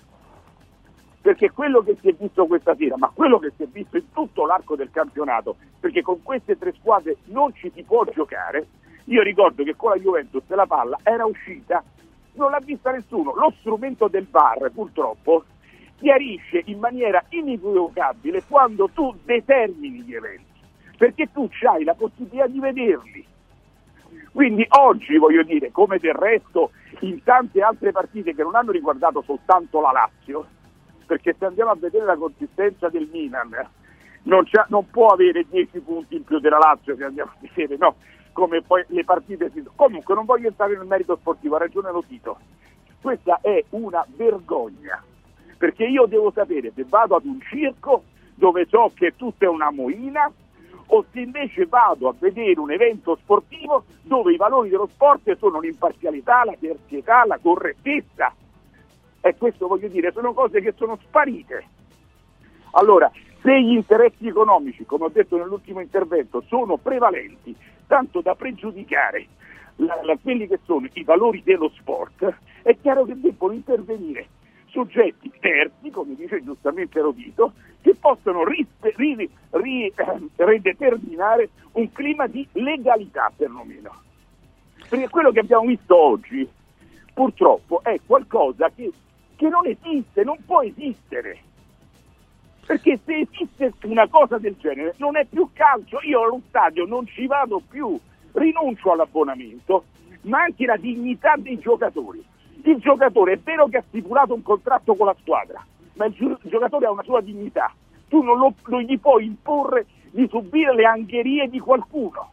Perché quello che si è visto questa sera, ma quello che si è visto in tutto l'arco del campionato, perché con queste tre squadre non ci si può giocare, io ricordo che con la Juventus la palla era uscita, non l'ha vista nessuno, lo strumento del V A R purtroppo chiarisce in maniera inequivocabile quando tu determini gli eventi, perché tu hai la possibilità di vederli. Quindi oggi, voglio dire, come del resto in tante altre partite che non hanno riguardato soltanto la Lazio, perché se andiamo a vedere la consistenza del Milan non, c'ha, non può avere dieci punti in più della Lazio, se andiamo a vedere, no, come poi le partite si... Comunque non voglio entrare nel merito sportivo, ha ragione Lotito, questa è una vergogna, perché io devo sapere se vado ad un circo dove so che tutto è una moina, o se invece vado a vedere un evento sportivo dove i valori dello sport sono l'imparzialità, la terzietà, la correttezza. E questo voglio dire, sono cose che sono sparite. Allora, se gli interessi economici, come ho detto nell'ultimo intervento, sono prevalenti, tanto da pregiudicare la, la, quelli che sono i valori dello sport, è chiaro che debbono intervenire soggetti terzi, come dice giustamente Rodito, che possono ri, ri, ri, eh, rideterminare un clima di legalità perlomeno. Perché quello che abbiamo visto oggi, purtroppo, è qualcosa che, che non esiste, non può esistere. Perché se esiste una cosa del genere non è più calcio, io allo stadio non ci vado più, rinuncio all'abbonamento, ma anche la dignità dei giocatori. Il giocatore è vero che ha stipulato un contratto con la squadra, ma il, gi- il giocatore ha una sua dignità. Tu non, lo, non gli puoi imporre di subire le angherie di qualcuno.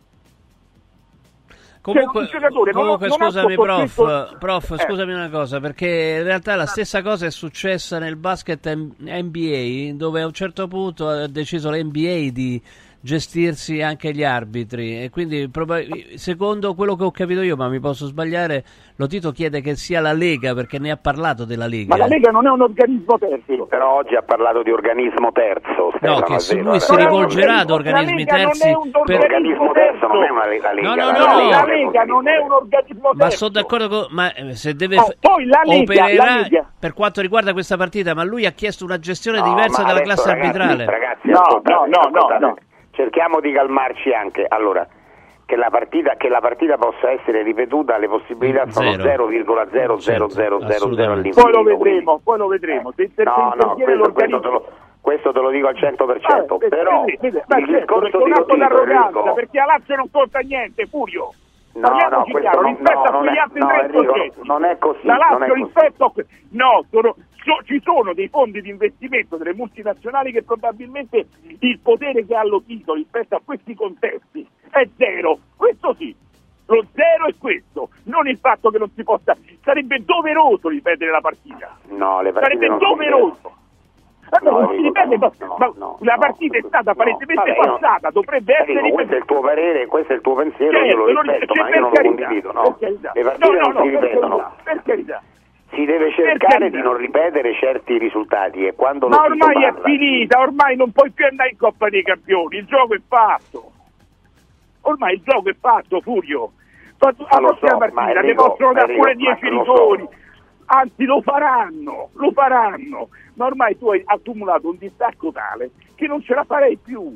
Comunque, cioè, comunque non, non scusami prof, questo... prof eh. scusami una cosa, perché in realtà la stessa cosa è successa nel basket N B A, dove a un certo punto ha deciso l'N B A di gestirsi anche gli arbitri, e quindi proba- secondo quello che ho capito io, ma mi posso sbagliare, Lotito chiede che sia la Lega, perché ne ha parlato della Lega. Ma la Lega non è un organismo terzo. Però oggi ha parlato di organismo terzo. No, che su lui si rivolgerà ad organismi terzi. Per... L'organismo terzo non è una Lega. No, no, no, no, la Lega non è un organismo terzo. Ma sono d'accordo con... Ma se deve... Oh, poi la Lega, opererà la Lega. Per quanto riguarda questa partita, ma lui ha chiesto una gestione no, diversa dalla adesso, classe ragazzi, arbitrale. Ragazzi, no, ascoltate, no, no, ascoltate. no, no. Cerchiamo di calmarci anche. Allora, che la partita, che la partita possa essere ripetuta, le possibilità sono zero virgola zero zero zero zero zero all'infinito. Poi lo vedremo, poi lo vedremo. Se inter- no, no, questo, questo, te lo, questo te lo dico al cento per cento. Ah, però vede, vede, il certo, discorso è un atto di d'arroganza, perché a Lazio non conta niente, Furio. No, no, chiaro, non, rispetto no, a non quegli è, altri no, tre Enrico, soggetti. non è così. La Lazio non è così. rispetto a que- no, sono, so, ci sono dei fondi di investimento delle multinazionali che probabilmente il potere che ha lo titolo rispetto a questi contesti è zero. Questo sì, lo zero è questo, non il fatto che non si possa. Sarebbe doveroso ripetere la partita. No, le partite sarebbe non doveroso. Allora, no, non si ripete, no, ma, no, ma no, la no, partita no, è stata palesemente no, passata, no. dovrebbe essere Enrico, questo è il tuo parere, questo è il tuo pensiero, certo, io lo non, rispetto, cioè, ma io non carità, lo condivido, no. Le partite no, no, non no, si per ripetono. carità, per carità. Si deve cercare di non ripetere certi risultati e quando ma lo ormai è parla... finita, ormai non puoi più andare in Coppa dei Campioni, il gioco è fatto. Ormai il gioco è fatto, Furio. La prossima so, partita Enrico, ne possono dare Enrico, pure dieci rigori. So. Anzi, lo faranno, lo faranno. Ma ormai tu hai accumulato un distacco tale che non ce la farei più.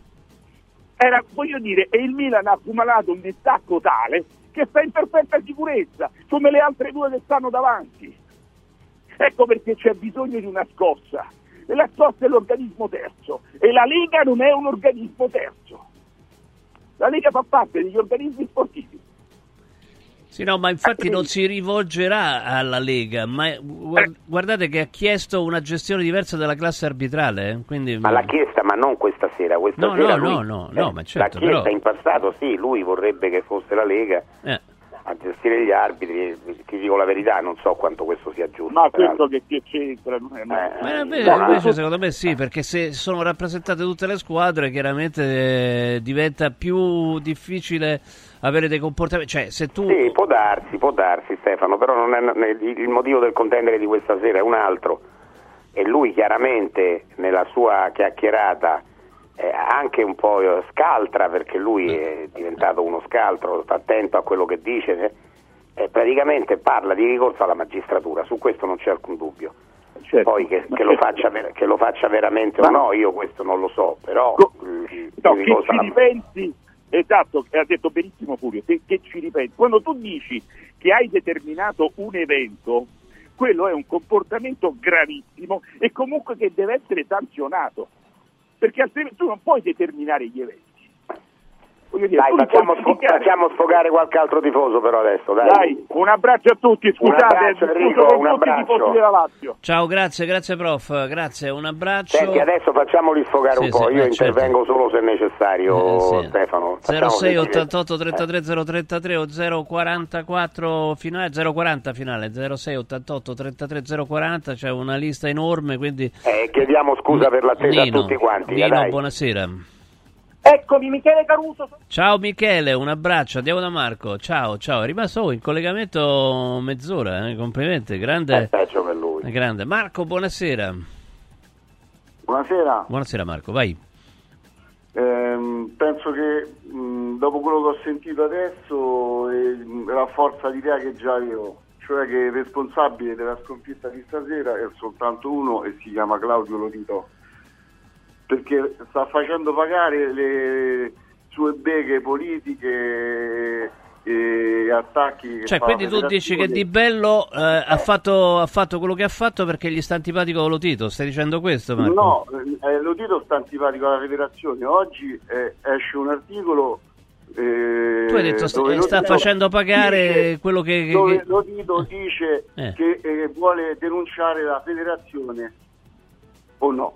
Era, voglio dire, e il Milan ha accumulato un distacco tale che sta in perfetta sicurezza, come le altre due che stanno davanti. Ecco perché c'è bisogno di una scossa. E la scossa è l'organismo terzo. E la Lega non è un organismo terzo. La Lega fa parte degli organismi sportivi. Sì, no, ma infatti non si rivolgerà alla Lega, ma guardate che ha chiesto una gestione diversa della classe arbitrale, eh? Quindi... Ma l'ha chiesta, ma non questa sera, questa no, sera no, lui, no, no, no, eh, ma certo, l'ha chiesta però... in passato, sì, lui vorrebbe che fosse la Lega eh. a gestire gli arbitri, ti dico la verità, non so quanto questo sia giusto. Ma questo che, che c'entra? Non è, ma eh, beh, no, invece no. Secondo me sì, perché se sono rappresentate tutte le squadre chiaramente eh, diventa più difficile avere dei comportamenti, cioè se tu... Sì, può darsi, può darsi Stefano, però non è, il motivo del contendere di questa sera è un altro, e lui chiaramente nella sua chiacchierata eh, anche un po' scaltra, perché lui è diventato uno scaltro, sta attento a quello che dice, eh, praticamente parla di ricorso alla magistratura, su questo non c'è alcun dubbio. Certo, poi che, che, lo faccia ver- che lo faccia veramente ma... o no, io questo non lo so, però... Co- no, che ci ripensi... Esatto, ha detto benissimo Furio, che, che ci ripensi. Quando tu dici che hai determinato un evento, quello è un comportamento gravissimo e comunque che deve essere sanzionato, perché altrimenti tu non puoi determinare gli eventi. Voglio dire, dai, facciamo, sfo- facciamo sfogare qualche altro tifoso però adesso, dai. Dai, un abbraccio a tutti, scusate, un abbraccio, Enrico, con un tutti i tifosi della Lazio. Ciao, grazie, grazie prof, grazie, un abbraccio. Senti, adesso facciamoli sfogare sì, un po', sì, io eh, intervengo certo. solo se necessario, eh, sì. Stefano. zero sei ottantotto trentatré zero trentatré o zero quarantaquattro finale, zero quaranta finale, zero sei ottantotto trentatré zero quaranta, c'è una lista enorme, quindi... Eh, chiediamo scusa per l'attesa Nino, a tutti quanti. Nino, dai. buonasera. Eccomi, Michele Caruso. Ciao Michele, un abbraccio, andiamo da Marco. Ciao, ciao, è rimasto oh, in collegamento mezz'ora, eh? Complimenti, grande. È peggio per lui. voi. È grande. Marco, buonasera. Buonasera. Buonasera Marco, vai. Ehm, penso che mh, dopo quello che ho sentito adesso eh, rafforza l'idea che già avevo, cioè che il responsabile della sconfitta di stasera è soltanto uno e si chiama Claudio Lotito, perché sta facendo pagare le sue beghe politiche e attacchi che Cioè, fa quindi la tu dici che federazione. Di Bello eh, ha, fatto, ha fatto quello che ha fatto perché gli sta antipatico Lotito? Stai dicendo questo, Marco? No, eh, Lotito sta antipatico alla federazione. Oggi eh, esce un articolo eh, Tu hai detto dove sta Lotito facendo pagare dice, quello che... che- dove che- Lotito dice Eh. che eh, vuole denunciare la federazione o no?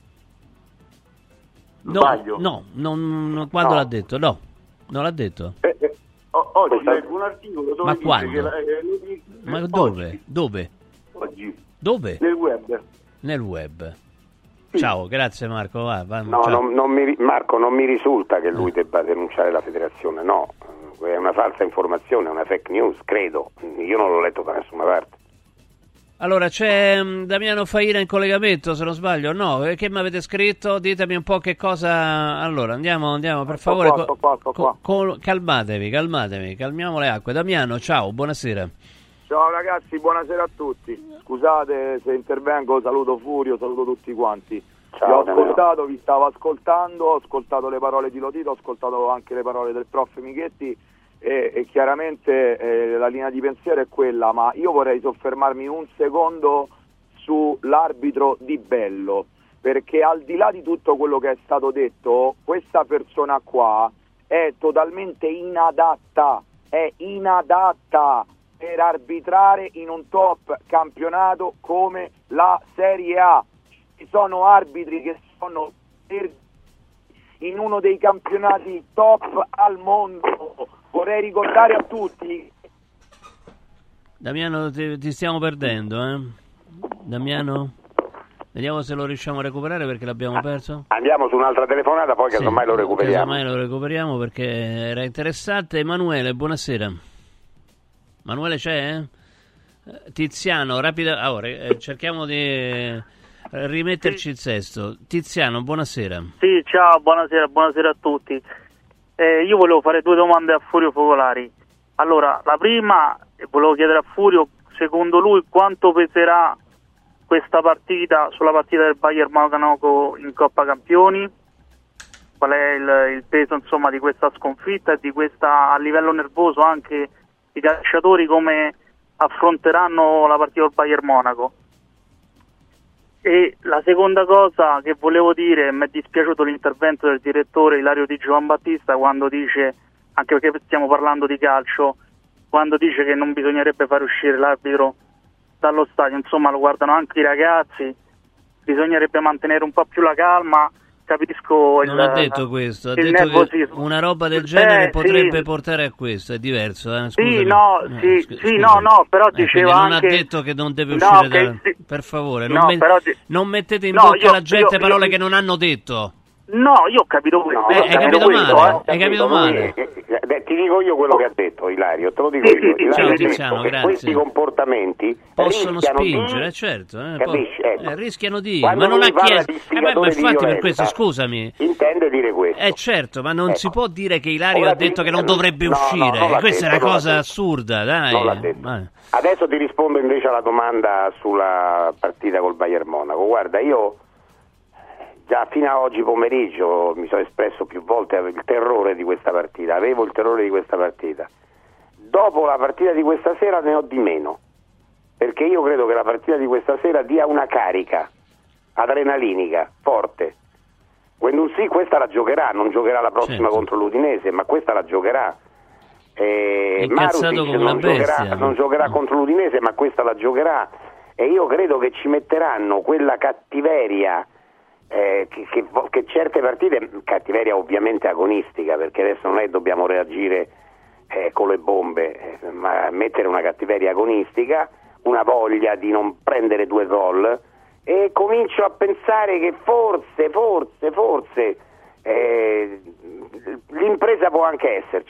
No, Sbaglio? no, non, non- quando No. l'ha detto? No, non l'ha detto. Eh, eh, o- oggi leggo un articolo dove Ma dice quando? che la, eh, Lotito- Ma eh, dove? oggi, Dove? oggi, Dove? nel web. Nel web. Ciao, grazie Marco. Va, va, No, ciao. non, non mi, ri- Marco, non mi risulta che lui debba denunciare la federazione, no, è una falsa informazione, è una fake news, credo, io non l'ho letto da nessuna parte. Allora, c'è mm, Damiano Faina in collegamento, se non sbaglio. No, eh, che mi avete scritto? Ditemi un po' che cosa... Allora, andiamo, andiamo, per Sto favore. qua, sto qua, sto qua. co- calmatevi, calmatevi, calmiamo le acque. Damiano, ciao, buonasera. Ciao ragazzi, buonasera a tutti. Scusate se intervengo, saluto Furio, saluto tutti quanti. Ciao, vi ho Damiano. ascoltato, vi stavo ascoltando, ho ascoltato le parole di Lotito, ho ascoltato anche le parole del prof Michetti e, e chiaramente eh, la linea di pensiero è quella, ma io vorrei soffermarmi un secondo sull'arbitro Di Bello, perché al di là di tutto quello che è stato detto, questa persona qua è totalmente inadatta, è inadatta per arbitrare in un top campionato come la Serie A. Ci sono arbitri che sono per- in uno dei campionati top al mondo. Vorrei ricordare a tutti. Damiano, ti, ti stiamo perdendo, eh? Damiano? Vediamo se lo riusciamo a recuperare perché l'abbiamo perso. Andiamo su un'altra telefonata, poi Sì, casomai lo recuperiamo. Casomai lo recuperiamo perché era interessante. Emanuele, buonasera. Emanuele c'è? Eh, Tiziano, rapido. ah, ora, eh, cerchiamo di eh, rimetterci il sesto. Tiziano, buonasera. Sì, ciao, buonasera, buonasera a tutti. Eh, io volevo fare due domande a Furio Focolari. Allora, la prima, eh, volevo chiedere a Furio, secondo lui, quanto peserà questa partita sulla partita del Bayern Monaco in Coppa Campioni? Qual è il, il peso, insomma, di questa sconfitta e di questa, a livello nervoso, anche i calciatori come affronteranno la partita del Bayern Monaco? E la seconda cosa che volevo dire, mi è dispiaciuto l'intervento del direttore Ilario Di Giovanbattista quando dice, anche perché stiamo parlando di calcio, quando dice che non bisognerebbe far uscire l'arbitro dallo stadio, insomma lo guardano anche i ragazzi, bisognerebbe mantenere un po' più la calma. Capisco il Non ha detto questo, ha il detto nervosismo. che una roba del genere Eh, potrebbe sì. portare a questo, è diverso. Eh? Sì, Scusami. no, Eh, sì, scu- sì, scusami. no, no, però Eh, diceva quindi non anche... ha detto che non deve No, uscire che da... sì. Per favore, No, non, men- però di- non mettete in No, bocca io- alla gente io- parole io- che non hanno detto. No, io ho capito questo. Eh, io ho hai capito questo, male, eh. hai capito male. Eh, beh, ti dico io quello che ha detto Ilario, te lo dico Sì, io. sì, sì, Ilario ciao, ha detto Tiziano, che grazie. questi comportamenti Possono rischiano spingere, di... certo. Eh, Capisci? po- Ecco. eh, rischiano di... Quando Ma non lui ha parla chiesto... di Eh, ma, ma istigatore di infatti per violenza, questo, scusami... intende dire questo. Eh certo, ma non Ecco. si può dire che Ilario Ora ha detto ti- che non dovrebbe no, no, uscire. non l'ha Questa è detto, una non l'ha cosa detto. assurda, dai. Non l'ha detto. Ma- Adesso ti rispondo invece alla domanda sulla partita col Bayern Monaco. Guarda, io già fino a oggi pomeriggio mi sono espresso più volte il terrore di questa partita, avevo il terrore di questa partita. Dopo la partita di questa sera ne ho di meno, perché io credo che la partita di questa sera dia una carica adrenalinica forte. Guendouzi questa la giocherà, non giocherà la prossima Certo. contro l'Udinese, ma questa la giocherà. Eh, È incazzato Marusic come una non giocherà, bestia. non giocherà contro l'Udinese, ma questa la giocherà, e io credo che ci metteranno quella cattiveria eh, che, che, che certe partite, cattiveria ovviamente agonistica, perché adesso non è dobbiamo reagire eh, con le bombe, eh, ma mettere una cattiveria agonistica, una voglia di non prendere due gol, e comincio a pensare che forse, forse, forse eh, l'impresa può anche esserci,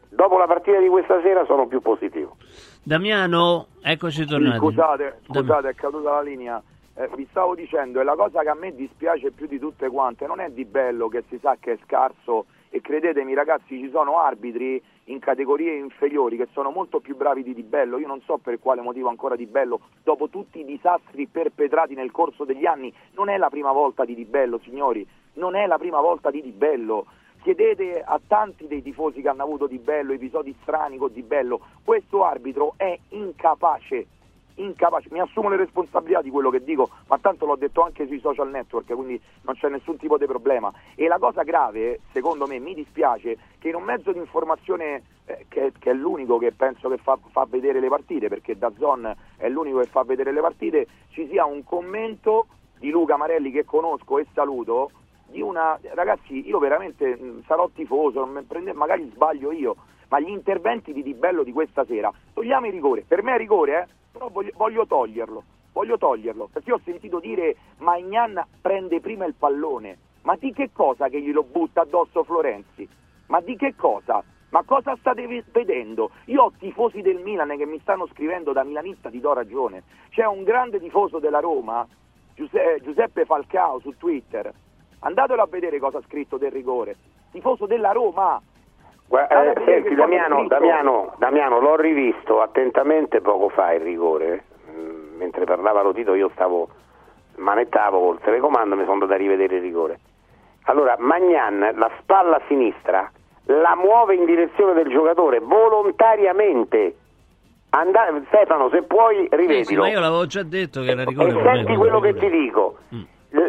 dopo la partita di questa sera sono più positivo. Damiano, eccoci tornati. Scusate, scusate, è caduta la linea. Eh, vi stavo dicendo, e la cosa che a me dispiace più di tutte quante non è Di Bello, che si sa che è scarso, e credetemi ragazzi, ci sono arbitri in categorie inferiori che sono molto più bravi di Di Bello. Io non so per quale motivo ancora Di Bello, dopo tutti i disastri perpetrati nel corso degli anni, non è la prima volta di Di Bello, signori, non è la prima volta di Di Bello. Chiedete a tanti dei tifosi che hanno avuto Di Bello episodi strani con Di Bello, questo arbitro è incapace, incapace, mi assumo le responsabilità di quello che dico, ma tanto l'ho detto anche sui social network, quindi non c'è nessun tipo di problema. E la cosa grave, secondo me, mi dispiace che in un mezzo di informazione eh, che, che è l'unico che penso che fa, fa vedere le partite, perché DAZN è l'unico che fa vedere le partite, ci sia un commento di Luca Marelli, che conosco e saluto, di una, ragazzi, io veramente mh, sarò tifoso, non mi prende, magari sbaglio io, ma gli interventi di Di Bello di questa sera, togliamo il rigore, per me è rigore, eh, però voglio, voglio toglierlo, voglio toglierlo, perché ho sentito dire Maignan prende prima il pallone, ma di che cosa che glielo butta addosso Florenzi? Ma di che cosa? Ma cosa state vedendo? Io ho tifosi del Milan che mi stanno scrivendo, da milanista ti do ragione, c'è un grande tifoso della Roma, Giuseppe, Giuseppe Falcao, su Twitter, andatelo a vedere cosa ha scritto del rigore, tifoso della Roma. Guarda, eh, senti Damiano, Damiano, Damiano, l'ho rivisto attentamente poco fa il rigore, mm, mentre parlava Lotito io stavo, manettavo col telecomando, mi sono andato a rivedere il rigore. Allora, Maignan la spalla sinistra la muove in direzione del giocatore volontariamente. Andare, Stefano, se puoi rivedilo. Eh sì, ma io l'avevo già detto che era rigore. E senti quello che ti dico. Mm.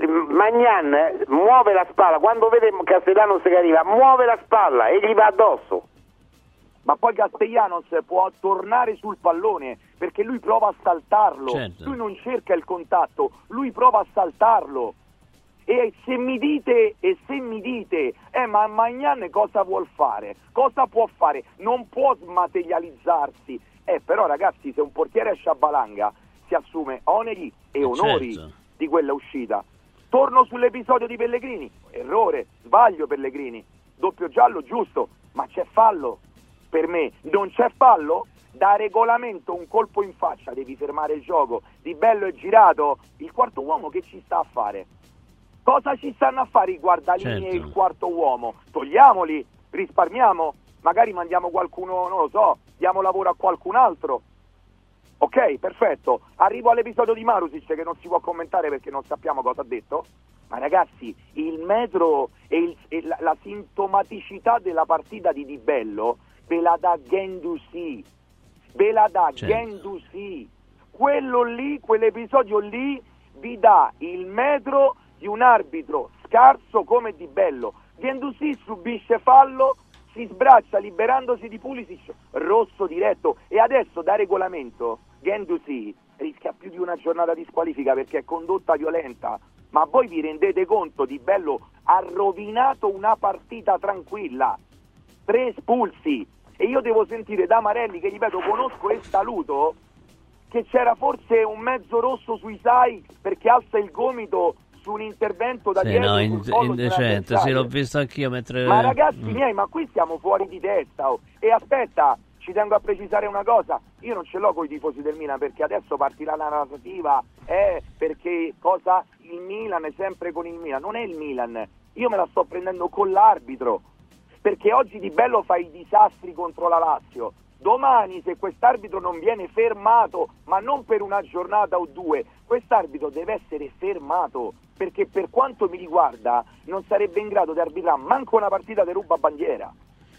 Maignan muove la spalla, quando vede Castellanos che arriva muove la spalla e gli va addosso, ma poi Castellanos può tornare sul pallone perché lui prova a saltarlo, certo. Lui non cerca il contatto, lui prova a saltarlo. E se mi dite e se mi dite eh ma Maignan cosa vuol fare? Cosa può fare? Non può smaterializzarsi. Eh però ragazzi, se un portiere esce a valanga si assume oneri e onori, certo, di quella uscita. Torno sull'episodio di Pellegrini, errore, sbaglio Pellegrini, doppio giallo giusto, ma c'è fallo, per me non c'è fallo, da regolamento un colpo in faccia, devi fermare il gioco, Di Bello è girato, il quarto uomo che ci sta a fare? Cosa ci stanno a fare i guardalinee, certo, e il quarto uomo? Togliamoli, risparmiamo, magari mandiamo qualcuno, non lo so, diamo lavoro a qualcun altro. Ok, perfetto. Arrivo all'episodio di Marusic che non si può commentare perché non sappiamo cosa ha detto. Ma ragazzi, il metro e, il, e la, la sintomaticità della partita di Di Bello ve la dà Guendouzi. Ve la dà, certo, Guendouzi. Quello lì, quell'episodio lì vi dà il metro di un arbitro scarso come Di Bello. Guendouzi subisce fallo, si sbraccia liberandosi di Pulisic, rosso diretto, e adesso da regolamento Guendouzi rischia più di una giornata di squalifica perché è condotta violenta. Ma voi vi rendete conto? Di Bello ha rovinato una partita tranquilla, tre espulsi, e io devo sentire da Marelli, che ripeto conosco e saluto, che c'era forse un mezzo rosso sui Sai perché alza il gomito su un intervento da sì, dietro, no, in, indecente, sì, l'ho visto anch'io mentre... Ma ragazzi mm. miei, ma qui siamo fuori di testa, oh. E aspetta, ci tengo a precisare una cosa, io non ce l'ho con i tifosi del Milan perché adesso partirà la narrativa, eh, perché cosa, il Milan è sempre con il Milan, non è il Milan, io me la sto prendendo con l'arbitro, perché oggi Di Bello fa i disastri contro la Lazio, domani se quest'arbitro non viene fermato, ma non per una giornata o due, quest'arbitro deve essere fermato, perché per quanto mi riguarda non sarebbe in grado di arbitrare manco una partita di ruba bandiera.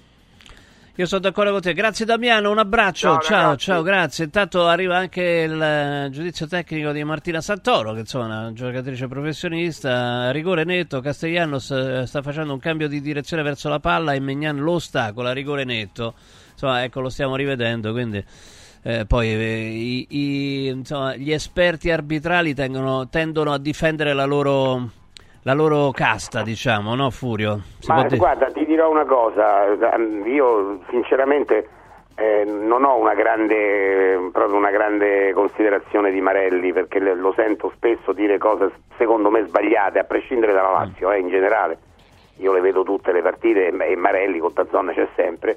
Io sono d'accordo con te, grazie Damiano, un abbraccio, ciao, ciao, ciao, grazie. Intanto arriva anche il giudizio tecnico di Martina Santoro, che insomma è una giocatrice professionista, rigore netto, Castellanos sta facendo un cambio di direzione verso la palla e Maignan lo ostacola, rigore netto, insomma ecco lo stiamo rivedendo, quindi eh, poi eh, i, i, insomma, gli esperti arbitrali tengono, tendono a difendere la loro... la loro casta, diciamo, no Furio? Si Ma può guarda, ti dirò una cosa, io sinceramente eh, non ho una grande, proprio una grande considerazione di Marelli, perché lo sento spesso dire cose secondo me sbagliate, a prescindere dalla Lazio, eh, in generale. Io le vedo tutte le partite e Marelli con DAZN c'è sempre,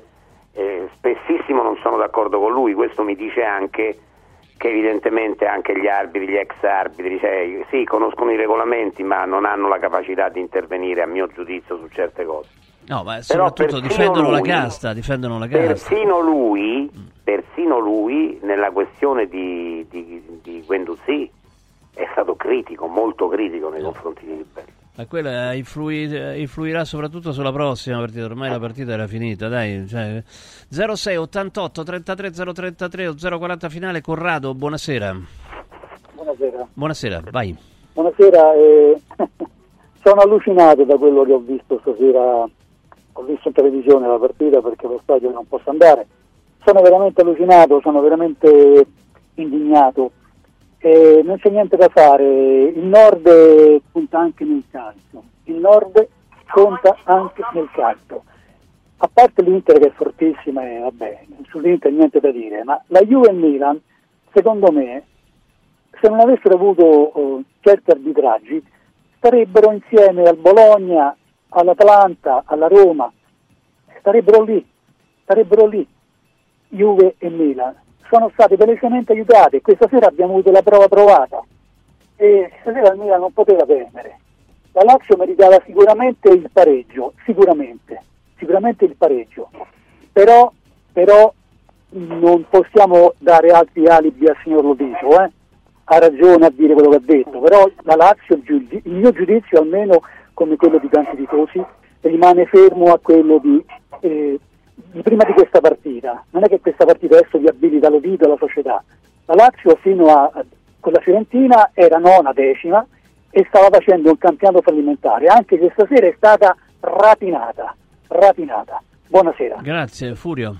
eh, spessissimo non sono d'accordo con lui. Questo mi dice anche che evidentemente anche gli arbitri, gli ex arbitri, cioè, sì, conoscono i regolamenti ma non hanno la capacità di intervenire, a mio giudizio, su certe cose. No, ma soprattutto difendono lui, la casta, difendono la casta. Persino lui, persino lui nella questione di, di, di Guendouzi è stato critico, molto critico nei no. confronti di Libelli. Ma quella influi- influirà soprattutto sulla prossima partita, ormai la partita era finita, dai. Cioè, zero sei ottantotto trentatré zero trentatré o zero quaranta finale. Corrado, buonasera. Buonasera. Buonasera, vai. Buonasera, eh, sono allucinato da quello che ho visto stasera. Ho visto in televisione la partita perché allo stadio non posso andare. Sono veramente allucinato, sono veramente indignato. Eh, non c'è niente da fare. Il Nord conta anche nel calcio. Il Nord conta anche nel calcio. A parte l'Inter che è fortissima, e vabbè, sull'Inter niente da dire, ma la Juve e il Milan, secondo me, se non avessero avuto oh, certi arbitraggi, starebbero insieme al Bologna, all'Atalanta, alla Roma, starebbero lì, starebbero lì, Juve e Milan. Sono state palesemente aiutate, questa sera abbiamo avuto la prova provata e stasera il Milan non poteva perdere. La Lazio meritava sicuramente il pareggio, sicuramente, sicuramente il pareggio, però, però non possiamo dare altri alibi al signor Lotito, eh? Ha ragione a dire quello che ha detto, però la Lazio, il, giud- il mio giudizio almeno come quello di tanti tifosi, rimane fermo a quello di, eh, di prima di questa partita. Non è che questa partita adesso vi abilita Lotito e la società. La Lazio fino a, a con la Fiorentina era nona, decima e stava facendo un campionato fallimentare, anche se stasera è stata rapinata, rapinata. Buonasera. Grazie, Furio.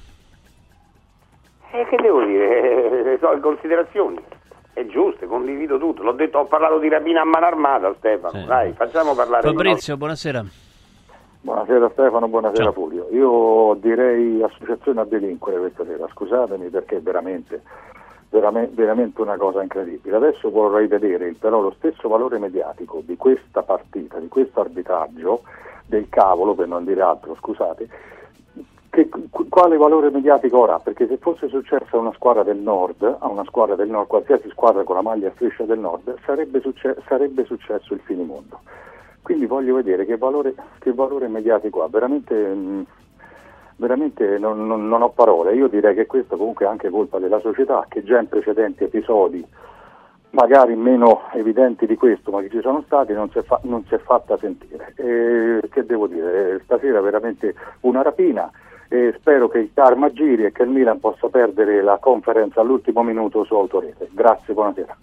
Eh, che devo dire? Eh, sono considerazioni. È giusto, condivido tutto. L'ho detto, ho parlato di rapina a mano armata, Stefano. Sì. Dai, facciamo parlare. Fabrizio, buonasera. Buonasera Stefano, buonasera Ciao. Fulvio. Io direi associazione a delinquere questa sera, scusatemi perché è veramente, veramente, veramente una cosa incredibile. Adesso vorrei vedere però lo stesso valore mediatico di questa partita, di questo arbitraggio, del cavolo per non dire altro, scusate, che, quale valore mediatico ora? Perché se fosse successo a una squadra del nord, a una squadra del nord, qualsiasi squadra con la maglia a striscia del nord, sarebbe, succe- sarebbe successo il finimondo. Quindi voglio vedere che valore, che valore mediatico ha, veramente, mh, veramente non, non, non ho parole. Io direi che questo comunque è anche colpa della società, che già in precedenti episodi, magari meno evidenti di questo, ma che ci sono stati, non si è, fa- non si è fatta sentire. E, che devo dire, stasera veramente una rapina. E spero che il karma giri e che il Milan possa perdere la conferenza all'ultimo minuto su Autorete. Grazie, buonasera.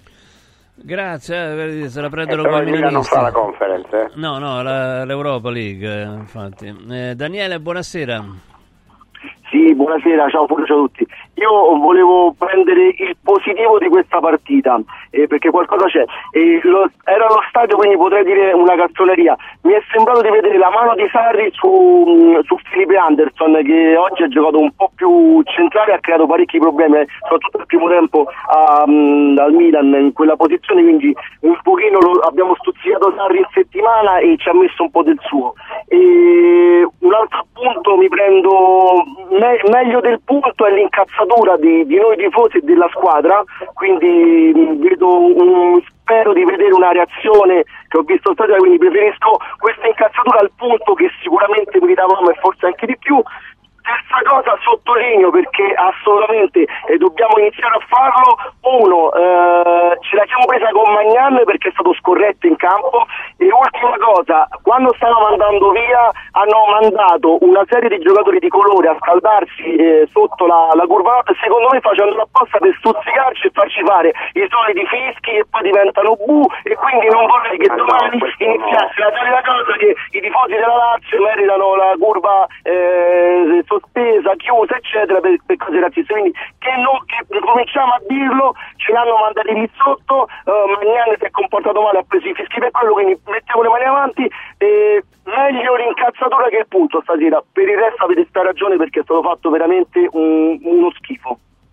Grazie, eh, se la prendono eh, come il Milan non fa la conference. Eh? No, no, la, l'Europa League, eh, infatti. Eh, Daniele, buonasera. Sì, buonasera, ciao, ciao a tutti. Io volevo prendere il positivo di questa partita, eh, perché qualcosa c'è. Eh, lo, era allo stadio, quindi potrei dire una cazzoneria. Mi è sembrato di vedere la mano di Sarri su, su Felipe Anderson, che oggi ha giocato un po' più centrale e ha creato parecchi problemi, soprattutto al primo tempo a, um, al Milan in quella posizione, quindi un pochino lo, abbiamo stuzzicato Sarri in settimana e ci ha messo un po' del suo. E un altro punto mi prendo me, meglio del punto è l'incazzatura di, di noi tifosi e della squadra, quindi vedo un, spero di vedere una reazione che ho visto stasera, quindi preferisco questa incazzatura al punto che sicuramente meritavamo e forse anche di più. Terza cosa, sottolineo perché assolutamente eh, dobbiamo iniziare a farlo. Uno, eh, ce la siamo presa con Magnan perché è stato scorretto in campo. E ultima cosa, quando stavamo andando via hanno mandato una serie di giocatori di colore a scaldarsi eh, sotto la, la curva nord, secondo me facendo apposta per stuzzicarci e farci fare i soliti fischi e poi diventano bu, e quindi non vorrei che domani iniziasse la solita cosa che i tifosi della Lazio meritano la curva eh, sospesa, chiusa, eccetera, per, per cose razziste. Quindi che, non, che cominciamo a dirlo, ce l'hanno mandati lì sotto, uh, Magnan si è comportato male, ha preso i fischi per quello, quindi mettiamo le mani avanti. E meglio l'incazzatura che il punto stasera. Per il resto avete sta ragione perché è stato fatto veramente un, uno schifo.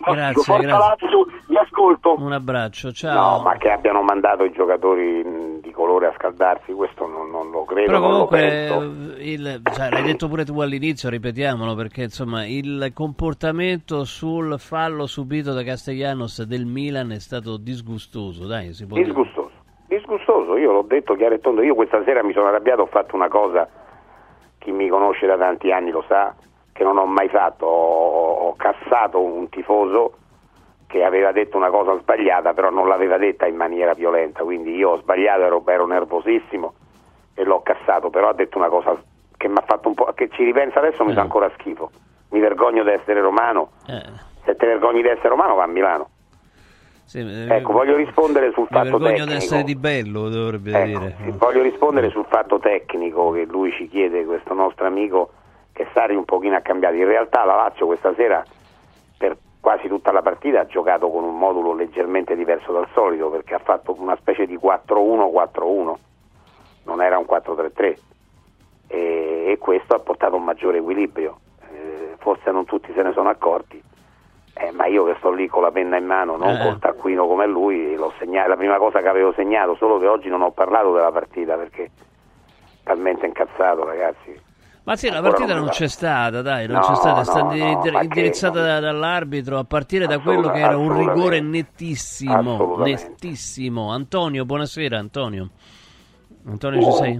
Grazie, Forza grazie. Lazio, vi ascolto. Un abbraccio, ciao. No, ma che abbiano mandato i giocatori mh, di colore a scaldarsi, questo non, non lo credo. Però non comunque lo penso. il, cioè, l'hai detto pure tu all'inizio, ripetiamolo, perché insomma il comportamento sul fallo subito da Castellanos del Milan è stato disgustoso, dai, si può Disgustoso, disgustoso, io l'ho detto chiaro e tondo, io questa sera mi sono arrabbiato, ho fatto una cosa, chi mi conosce da tanti anni lo sa, che non ho mai fatto, ho, ho cassato un tifoso che aveva detto una cosa sbagliata, però non l'aveva detta in maniera violenta, quindi io ho sbagliato, ero, ero nervosissimo e l'ho cassato, però ha detto una cosa che mi ha fatto un po', che ci ripensa adesso mi Eh. fa ancora schifo, mi vergogno di essere romano, Eh. se te vergogni di essere romano va a Milano. Sì, eh, Ecco, voglio rispondere sul mi fatto vergogno tecnico. di essere di bello, dovrebbe Ecco, dire. sì, voglio rispondere sul fatto tecnico che lui ci chiede, questo nostro amico, che Sarri un pochino ha cambiato. In realtà la Lazio questa sera per quasi tutta la partita ha giocato con un modulo leggermente diverso dal solito, perché ha fatto una specie di quattro uno quattro uno, non era un quattro tre tre, e, e questo ha portato un maggiore equilibrio. Eh, forse non tutti se ne sono accorti, eh, ma io che sto lì con la penna in mano, non Eh. col taccuino come lui, l'ho segnato, la prima cosa che avevo segnato, solo che oggi non ho parlato della partita perché talmente incazzato, ragazzi. Ma sì, la Ancora partita non non mi c'è stata, dai, non No, c'è stata, è no, stata no, indir- ma che- indirizzata da- dall'arbitro, a partire da quello che era un assolutamente. rigore nettissimo, Assolutamente. nettissimo. Antonio, buonasera Antonio. Antonio ci sei?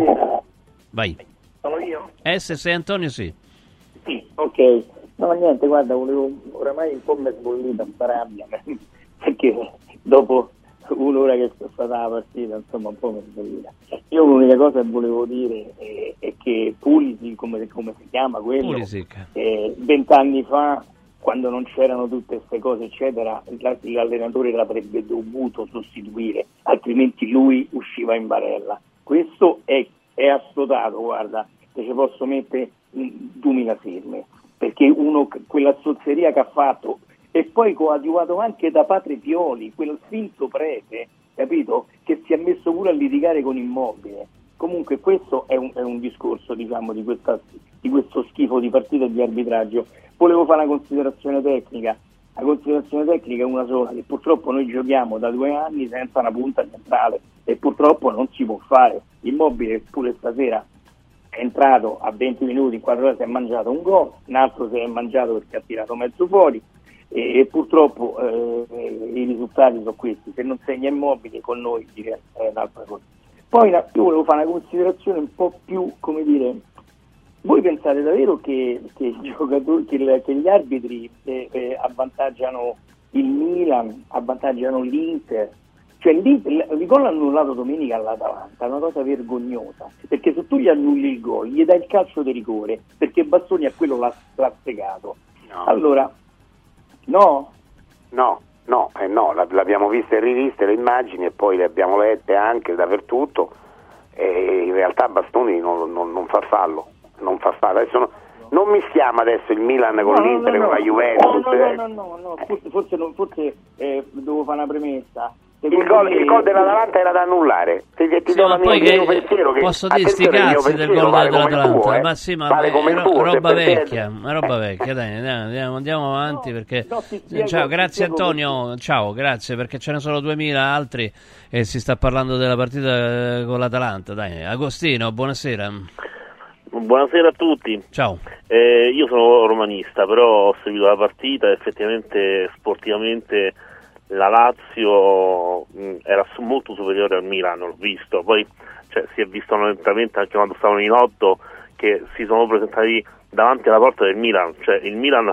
Vai. Sono io? Eh, se sei Antonio sì. Sì, ok. No, niente, guarda, volevo oramai un po' mi è bollita sta rabbia, perché dopo un'ora che è stata la partita, insomma, un po' mi è bollita. Io l'unica cosa che volevo dire è, è che Pulisic, come, come si chiama quello, Pulisic. eh, vent'anni fa, quando non c'erano tutte queste cose, eccetera, la- l'allenatore l'avrebbe dovuto sostituire, altrimenti lui usciva in barella. Questo è, è assodato, guarda, che ci posso mettere mm, duemila firme, perché uno, quella zozzeria che ha fatto, e poi coadiuvato anche da Padre Pioli, quel finto prete, capito? Che si è messo pure a litigare con Immobile. Comunque questo è un, è un discorso, diciamo, di, questa, di questo schifo di partita e di arbitraggio. Volevo fare una considerazione tecnica. La considerazione tecnica è una sola, che purtroppo noi giochiamo da due anni senza una punta centrale e purtroppo non si può fare. Immobile pure stasera è entrato a venti minuti, in quattro ore si è mangiato un gol, un altro si è mangiato perché ha tirato mezzo fuori. E, e purtroppo eh, i risultati sono questi. Se non segna Immobile con noi direi è un'altra cosa. Poi la, io volevo fare una considerazione un po' più, come dire, voi pensate davvero che, che, i giocatori, che, le, che gli arbitri eh, eh, avvantaggiano il Milan, avvantaggiano l'Inter? Cioè l'Inter, il gol annullato domenica all'Atalanta è una cosa vergognosa, perché se tu gli annulli il gol gli dai il calcio di rigore, perché Bastoni a quello l'ha, l'ha spiegato. No. Allora, no? No, no, eh no, l'ab- l'abbiamo viste e riviste le immagini e poi le abbiamo lette anche dappertutto, e in realtà Bastoni non, non- non fa fallo, non fa fallo. Adesso no- non mischiamo adesso il Milan con No, no, l'Inter, no, con no. la Juventus. No, eh. no, no, no, no, forse, forse, non- forse eh, devo fare una premessa. Il Secondo gol, me- il gol dell'Atalanta era da annullare. Ti, ti Sì, do ma la poi mia- il mio che- pensiero che, posso dire sti attenzione, il mio cazzi del pensiero gol vale come il dell'Atalanta, tuo, eh. ma sì, ma Vale è come il ro- tuo, se roba per te- vecchia, è roba vecchia, dai, dai, andiamo, andiamo avanti perché no, ti spiego- ciao, ti grazie spiego Antonio, ciao, grazie, perché ce ne sono duemila altri e si sta parlando della partita eh, con l'Atalanta, dai. Agostino, buonasera. Buonasera a tutti. Ciao. Eh, io sono romanista, però ho seguito la partita e effettivamente sportivamente la Lazio mh, era su- molto superiore al Milan, l'ho visto. Poi cioè, si è visto lentamente anche quando stavano in otto che si sono presentati davanti alla porta del Milan, cioè il Milan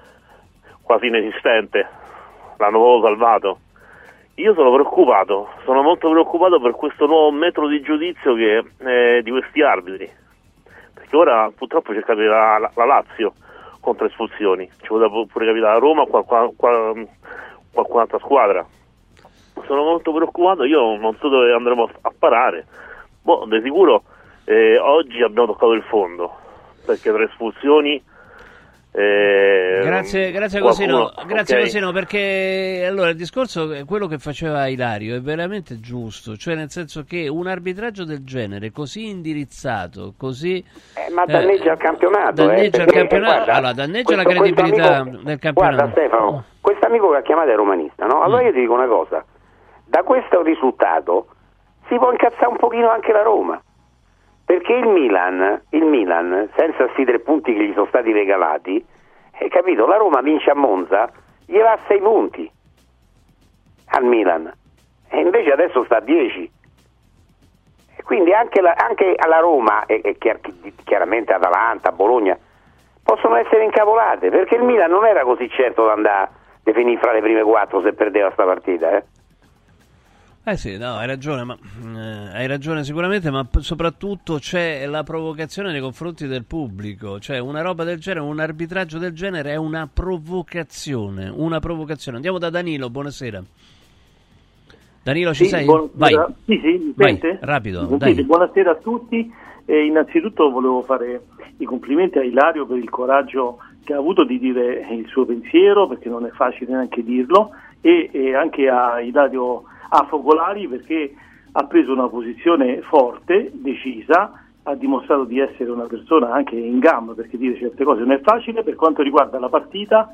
quasi inesistente, l'hanno proprio salvato. Io sono preoccupato, sono molto preoccupato per questo nuovo metodo di giudizio che eh, di questi arbitri, perché ora purtroppo c'è capita la, la Lazio contro espulsioni, ci poteva pure capitare la Roma o qual, qual, qualcun'altra squadra. Sono molto preoccupato, io non so dove andremo a parare. Boh, di sicuro eh, oggi abbiamo toccato il fondo, perché tra espulsioni Eh, grazie, grazie Cosino, qualcuno, grazie okay. Cosino, perché allora il discorso è quello che faceva Ilario, è veramente giusto, cioè nel senso che un arbitraggio del genere così indirizzato, così eh, ma danneggia eh, il campionato, danneggia eh, il campionato, guarda, allora danneggia questo, la credibilità amico, del campionato. Guarda Stefano, questo amico che ha chiamato è romanista, no? Allora mm. io ti dico una cosa, da questo risultato si può incazzare un pochino anche la Roma, perché il Milan, il Milan senza questi tre punti che gli sono stati regalati, hai capito? La Roma vince a Monza, gli va a sei punti al Milan e invece adesso sta a dieci. E quindi anche, la, anche alla Roma e, e chiaramente Atalanta, Bologna possono essere incavolate, perché il Milan non era così certo da andare a finire fra le prime quattro se perdeva sta partita, eh. Eh sì, no, hai ragione, ma eh, hai ragione sicuramente, ma p- soprattutto c'è la provocazione nei confronti del pubblico, cioè una roba del genere, un arbitraggio del genere è una provocazione, una provocazione. Andiamo da Danilo, buonasera. Danilo, ci sì, sei? Buon... Vai. Sì, sì, mi Vai, sente? rapido, mi dai. Buonasera a tutti. E innanzitutto volevo fare i complimenti a Ilario per il coraggio che ha avuto di dire il suo pensiero, perché non è facile neanche dirlo, e, e anche a Ilario a Focolari, perché ha preso una posizione forte, decisa, ha dimostrato di essere una persona anche in gamba, perché dire certe cose non è facile. Per quanto riguarda la partita,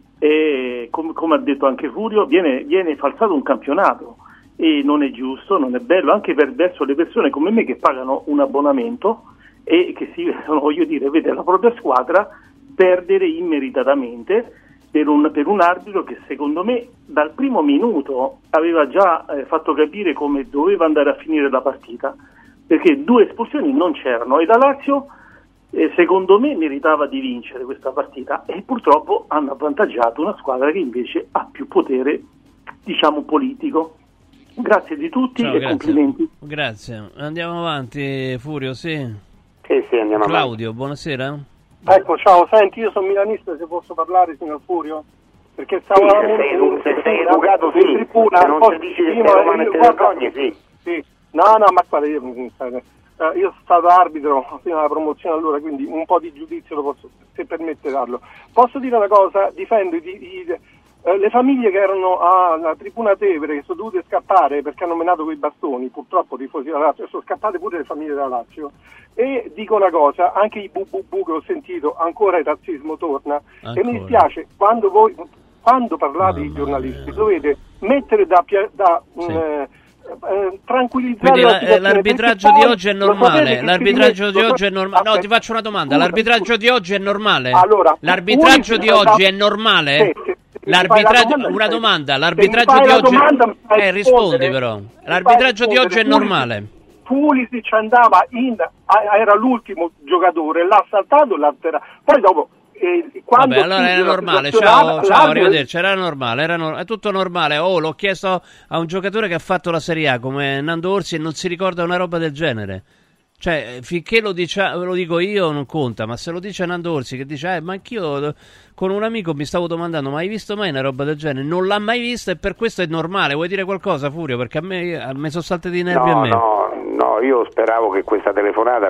e com- come ha detto anche Furio, viene, viene falsato un campionato e non è giusto, non è bello, anche per verso le persone come me che pagano un abbonamento e che si vedono, voglio dire, vede la propria squadra perdere immeritatamente per un, per un arbitro che secondo me dal primo minuto aveva già eh, fatto capire come doveva andare a finire la partita, perché due espulsioni non c'erano e la Lazio eh, secondo me meritava di vincere questa partita e purtroppo hanno avvantaggiato una squadra che invece ha più potere, diciamo, politico. Grazie di tutti. Ciao, e grazie. Complimenti. Grazie. Andiamo avanti, Furio, sì? Sì, sì, andiamo Claudio, avanti. buonasera. Ecco, ciao, senti, io sono milanista, se posso parlare, signor Furio? Perché stavo sì, se sei, se sei educato, sì, tribuna, se non ci dici che sei romano e te vergogni, sì. Sì, no, no, ma guarda, io, io sono stato arbitro fino alla promozione allora, quindi un po' di giudizio lo posso, se permette darlo. Posso dire una cosa, difendo i, i, eh, le famiglie che erano alla tribuna Tevere, che sono dovute scappare perché hanno menato quei bastoni, purtroppo tifosi della Lazio, sono scappate pure le famiglie della Lazio. E dico una cosa, anche i bu bu bu che ho sentito, ancora il razzismo torna. Ancora. E mi dispiace, quando voi quando parlate di giornalisti mia. dovete mettere da, da sì. eh, eh, tranquillizzare. Quindi la, l'arbitraggio di oggi è normale, l'arbitraggio di oggi è normale. No, ti faccio una domanda, l'arbitraggio di oggi è normale? Allora, l'arbitraggio di oggi è normale? Sì, sì. L'arbitraggio, una domanda, l'arbitraggio di oggi eh rispondi però. L'arbitraggio di oggi è normale? Pulisic andava in, era l'ultimo giocatore, l'ha saltato, l'ha atterrato. Poi dopo eh, quando vabbè, allora era normale, ciao, ciao, arrivederci, era normale, era no, è tutto normale. Oh, l'ho chiesto a un giocatore che ha fatto la Serie A come Nando Orsi e non si ricorda una roba del genere. Cioè, finché lo, dice, lo dico io non conta, ma se lo dice Nando Orsi che dice, eh, ma anch'io con un amico mi stavo domandando, ma hai visto mai una roba del genere? Non l'ha mai vista e per questo è normale. Vuoi dire qualcosa, Furio? Perché a me, a me sono saltati i nervi no, a me. No, no, io speravo che questa telefonata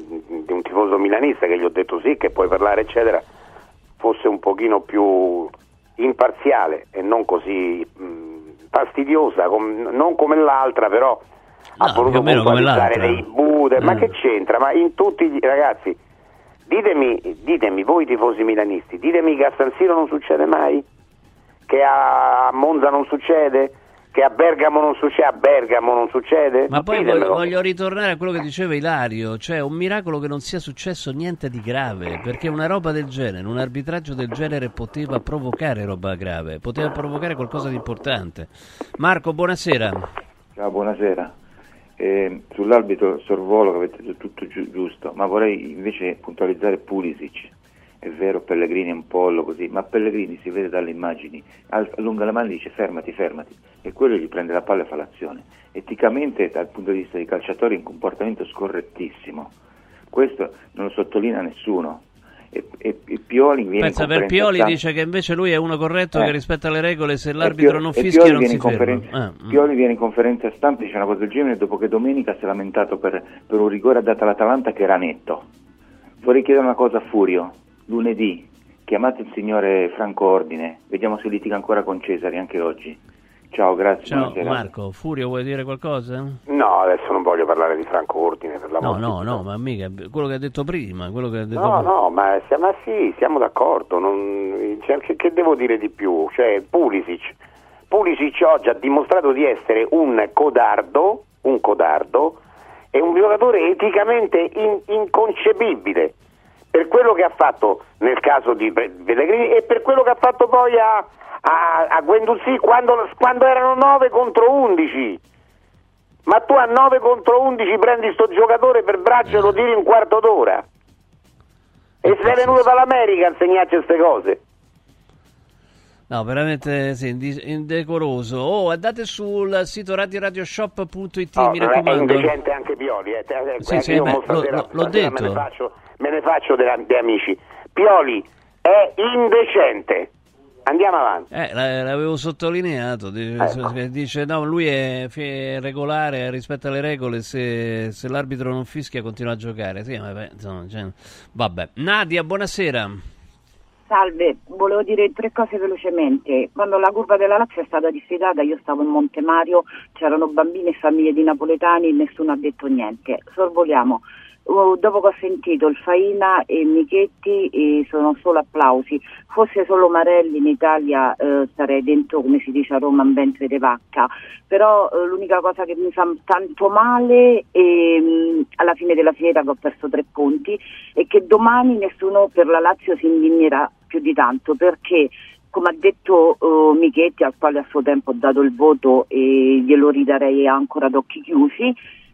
di un tifoso milanista, che gli ho detto sì, che puoi parlare, eccetera, fosse un pochino più imparziale e non così mh, fastidiosa, com- non come l'altra, però no, ha voluto puntualizzare dei bude, eh. Ma che c'entra? Ma in tutti gli ragazzi, ditemi, ditemi voi tifosi milanisti, ditemi che a San Siro non succede mai, che a Monza non succede, che a Bergamo non succede, a Bergamo non succede. Ma poi voglio, voglio ritornare a quello che diceva Ilario, cioè un miracolo che non sia successo niente di grave, perché una roba del genere, un arbitraggio del genere poteva provocare roba grave, poteva provocare qualcosa di importante. Marco, buonasera. Ciao, buonasera. Eh, sull'arbitro sorvolo che avete detto tutto gi- giusto, ma vorrei invece puntualizzare Pulisic. È vero, Pellegrini è un pollo così, ma Pellegrini si vede dalle immagini, allunga la mano e dice fermati, fermati, e quello gli prende la palla e fa l'azione. Eticamente, dal punto di vista dei calciatori, è un comportamento scorrettissimo. Questo non lo sottolinea nessuno. E, e, e Pioli viene Pensa, in per Pioli stampa. Dice che invece lui è uno corretto, eh. che rispetta le regole, se l'arbitro Pioli, non fischia non si ferma. Ah, Pioli mm. viene in conferenza stampa e dice una cosa del genere dopo che domenica si è lamentato per, per un rigore dato all'Atalanta che era netto. Vorrei chiedere una cosa a Furio. Lunedì chiamate il signore Franco Ordine, vediamo se litiga ancora con Cesari anche oggi. Ciao, grazie. Ciao buonasera. Marco, Furio, vuoi dire qualcosa? No, adesso non voglio parlare di Franco Ordine per la No, no, no, ma mica quello che ha detto prima, quello che ha detto No, prima. no, ma, ma sì, siamo d'accordo, non, cioè, che, che devo dire di più? Cioè, Pulisic, Pulisic oggi ha dimostrato di essere un codardo, un codardo e un giocatore eticamente in, inconcepibile per quello che ha fatto nel caso di Pellegrini e per quello che ha fatto poi a, a, a Guendouzi quando, quando erano nove contro undici. Ma tu a nove contro undici prendi sto giocatore per braccio e lo tiri un quarto d'ora. E sei venuto dall'America a insegnarci queste cose. No, veramente sì, indecoroso. Oh, andate sul sito radio radio shop punto it, Oh, mi raccomando. È indecente anche Pioli, eh. Sì, sì, io beh, mostro lo- sera- lo- l'ho stasera detto. Me ne faccio, me ne faccio dei, dei amici. Pioli è indecente. Andiamo avanti. Eh, la- l'avevo sottolineato, dice, Ecco. che dice no, lui è fi- regolare, rispetta le regole, se, se l'arbitro non fischia continua a giocare. Sì, ma beh, insomma, cioè, vabbè. Nadia, buonasera. Salve, volevo dire tre cose velocemente. Quando la curva della Lazio è stata diffidata io stavo in Montemario, c'erano bambini e famiglie di napoletani, nessuno ha detto niente. Sorvoliamo. Uh, dopo che ho sentito il Faina e Michetti eh, sono solo applausi. Fosse solo Marelli in Italia eh, starei dentro, come si dice a Roma, in ventre di vacca. Però eh, l'unica cosa che mi fa tanto male è, mh, alla fine della fiera che ho perso tre punti, è che domani nessuno per la Lazio si indignerà più di tanto, perché come ha detto uh, Michetti, al quale a suo tempo ho dato il voto e glielo ridarei ancora ad occhi chiusi,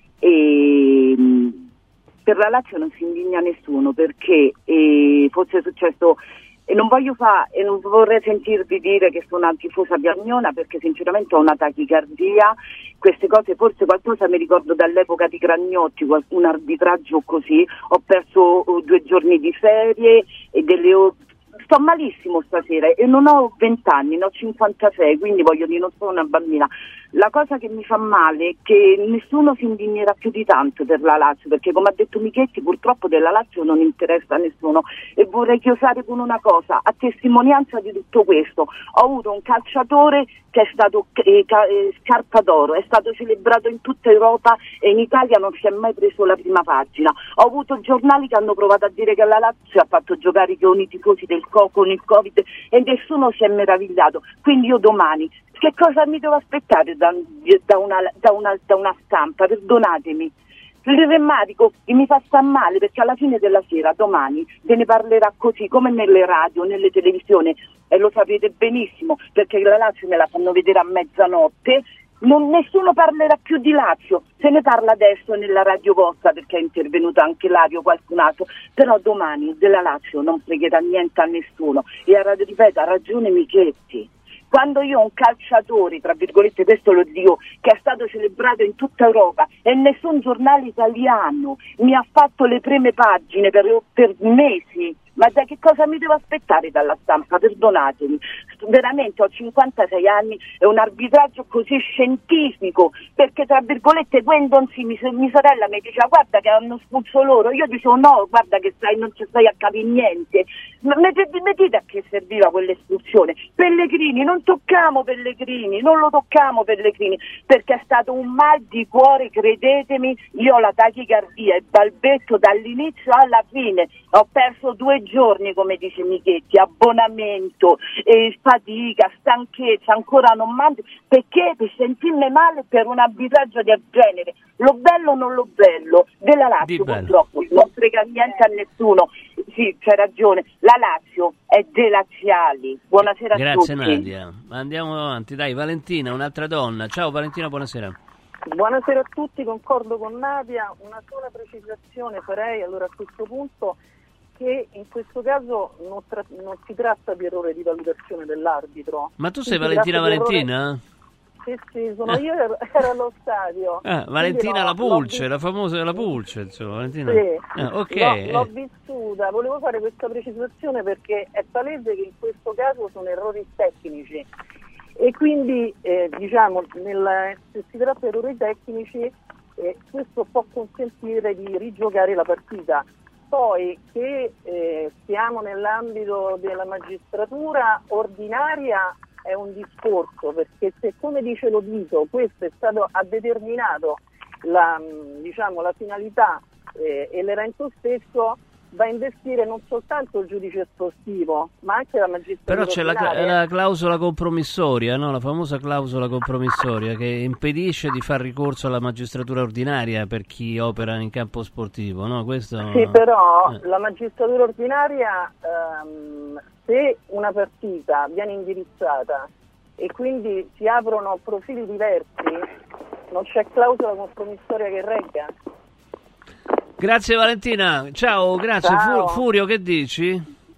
e mh, per la Lazio non si indigna nessuno, perché eh, fosse successo, e non voglio fa e non vorrei sentirvi dire che sono una tifosa piagnona, perché sinceramente ho una tachicardia, queste cose forse qualcosa mi ricordo dall'epoca di Cragnotti, qual- un arbitraggio così, ho perso uh, due giorni di ferie e delle ore. Sto malissimo stasera e non ho vent'anni, ne ho cinquantasei, quindi voglio dire non sono una bambina. La cosa che mi fa male è che nessuno si indignerà più di tanto per la Lazio, perché come ha detto Michetti purtroppo della Lazio non interessa a nessuno. E vorrei chiosare con una cosa, a testimonianza di tutto questo, ho avuto un calciatore che è stato eh, ca- eh, scarpa d'oro, è stato celebrato in tutta Europa e in Italia non si è mai preso la prima pagina. Ho avuto giornali che hanno provato a dire che la Lazio ha fatto giocare con i tifosi del Co con il Covid e nessuno si è meravigliato. Quindi io domani che cosa mi devo aspettare da, da, una, da, una, da una stampa? Perdonatemi. Il remmarico mi fa star male, perché alla fine della sera, domani, se ne parlerà così come nelle radio, nelle televisioni, e lo sapete benissimo, perché la Lazio me la fanno vedere a mezzanotte. Non, nessuno parlerà più di Lazio, se ne parla adesso nella radio vostra perché è intervenuto anche Lario, qualcun altro, però domani della Lazio non fregherà niente a nessuno. E a, ripeto, ha ragione Michetti. Quando io ho un calciatore, tra virgolette, questo lo dico, che è stato celebrato in tutta Europa e nessun giornale italiano mi ha fatto le prime pagine per, per mesi, ma da che cosa mi devo aspettare dalla stampa? Perdonatemi, veramente ho cinquantasei anni, è un arbitraggio così scientifico, perché tra virgolette Guendouzi, mia sorella mi diceva guarda che hanno espulso loro, io dicevo no, guarda che stai, non ci stai a capire niente, ma mi dite a che serviva quell'espulsione? Pellegrini, non tocchiamo Pellegrini, non lo tocchiamo Pellegrini, perché è stato un mal di cuore, credetemi, io ho la tachicardia, il balbetto dall'inizio alla fine, ho perso due giorni, come dice Michetti, abbonamento, eh, fatica, stanchezza, ancora non mangio, perché per sentirmi male per un arbitraggio del genere. Lo bello o non lo bello della Lazio purtroppo non frega niente a nessuno. Sì, c'è ragione, la Lazio è dei laziali. Buonasera a Grazie tutti. Nadia, andiamo avanti, dai. Valentina, un'altra donna. Ciao Valentina, buonasera. Buonasera a tutti, concordo con Nadia, una sola precisazione farei allora a questo punto, che in questo caso non, tra- non si tratta di errore di valutazione dell'arbitro. Ma tu Si sei Valentina tratta di errore- Valentina? Sì, sì, sono io, ero, ero allo stadio. Ah, Valentina Quindi la no, l'ho Pulce, vis- la famosa la Pulce, insomma, Valentina. Sì, Ah, ok. l'ho, l'ho vissuta, volevo fare questa precisazione perché è palese che in questo caso sono errori tecnici e quindi eh, diciamo nel, se si tratta di errori tecnici eh, questo può consentire di rigiocare la partita. poi che eh, siamo nell'ambito della magistratura ordinaria è un discorso, perché se, come dice Lotito, questo è stato, ha determinato la, diciamo, la finalità eh, e l'evento stesso, va a investire non soltanto il giudice sportivo, ma anche la magistratura. Però c'è la, la clausola compromissoria, no? La famosa clausola compromissoria che impedisce di far ricorso alla magistratura ordinaria per chi opera in campo sportivo, no? Questo... Sì, però eh. la magistratura ordinaria, ehm, se una partita viene indirizzata e quindi si aprono profili diversi, non c'è clausola compromissoria che regga. Grazie Valentina, ciao, grazie. Ciao. Fu- Furio, che dici?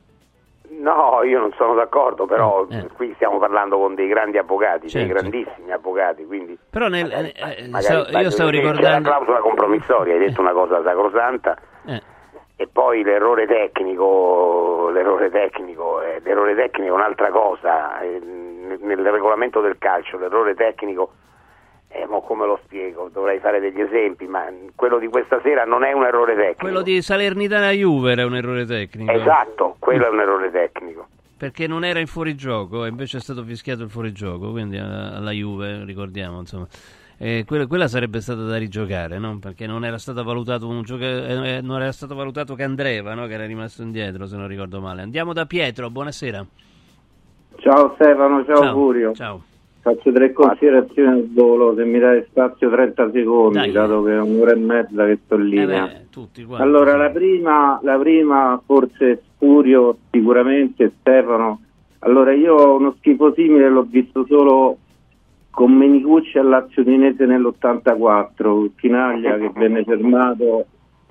No, io non sono d'accordo, però eh. qui stiamo parlando con dei grandi avvocati, Certo. dei grandissimi avvocati, quindi però nel, magari, eh, magari stavo, io stavo ricordando c'è la clausola compromissoria, hai detto una cosa sacrosanta eh. e poi l'errore tecnico, l'errore tecnico, eh, l'errore tecnico è un'altra cosa, eh, nel regolamento del calcio l'errore tecnico, eh, mo come lo spiego, dovrei fare degli esempi, ma quello di questa sera non è un errore tecnico. Quello di Salernitana Juve era un errore tecnico. Esatto, quello è un errore tecnico. Perché non era in fuorigioco e invece è stato fischiato il fuorigioco, quindi alla Juve, ricordiamo, insomma. Eh, quella, quella sarebbe stata da rigiocare, no? Perché non era stato valutato un gioca- eh, non era stato valutato Candreva, no? Che era rimasto indietro, se non ricordo male. Andiamo da Pietro, buonasera. Ciao Stefano, ciao, Ciao. Furio. Ciao. Faccio tre considerazioni al volo, se mi dai spazio trenta secondi, Dai. dato che è un'ora e mezza che sto in linea. Eh beh, tutti quanti, Allora, sì. la prima, la prima forse Furio, sicuramente Stefano. Allora, io uno schifo simile l'ho visto solo con Menicucci all'Lazio Udinese nell'ottantaquattro, Chinaglia che venne fermato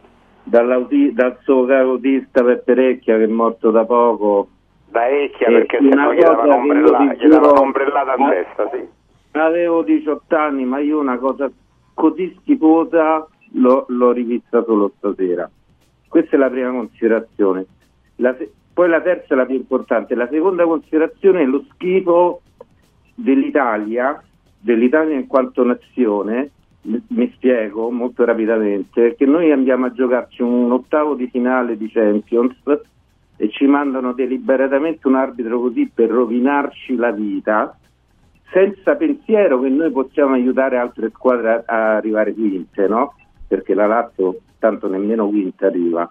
dal suo caro autista Perecchia che è morto da poco. Parecchia, Eh, perché se una no gli cosa davano che io un'ombrella- vi gli davano giuro- un'ombrellata a Ma- testa, sì. Avevo diciotto anni, ma io una cosa così schifosa l'ho, l'ho rivista solo stasera. Questa è la prima considerazione. La se- poi la terza è la più importante. La seconda considerazione è lo schifo dell'Italia, dell'Italia in quanto nazione. M- mi spiego molto rapidamente, che noi andiamo a giocarci un ottavo di finale di Champions e ci mandano deliberatamente un arbitro così per rovinarci la vita, senza pensiero che noi possiamo aiutare altre squadre a, a arrivare quinte, no? Perché la Lazio tanto nemmeno quinta arriva.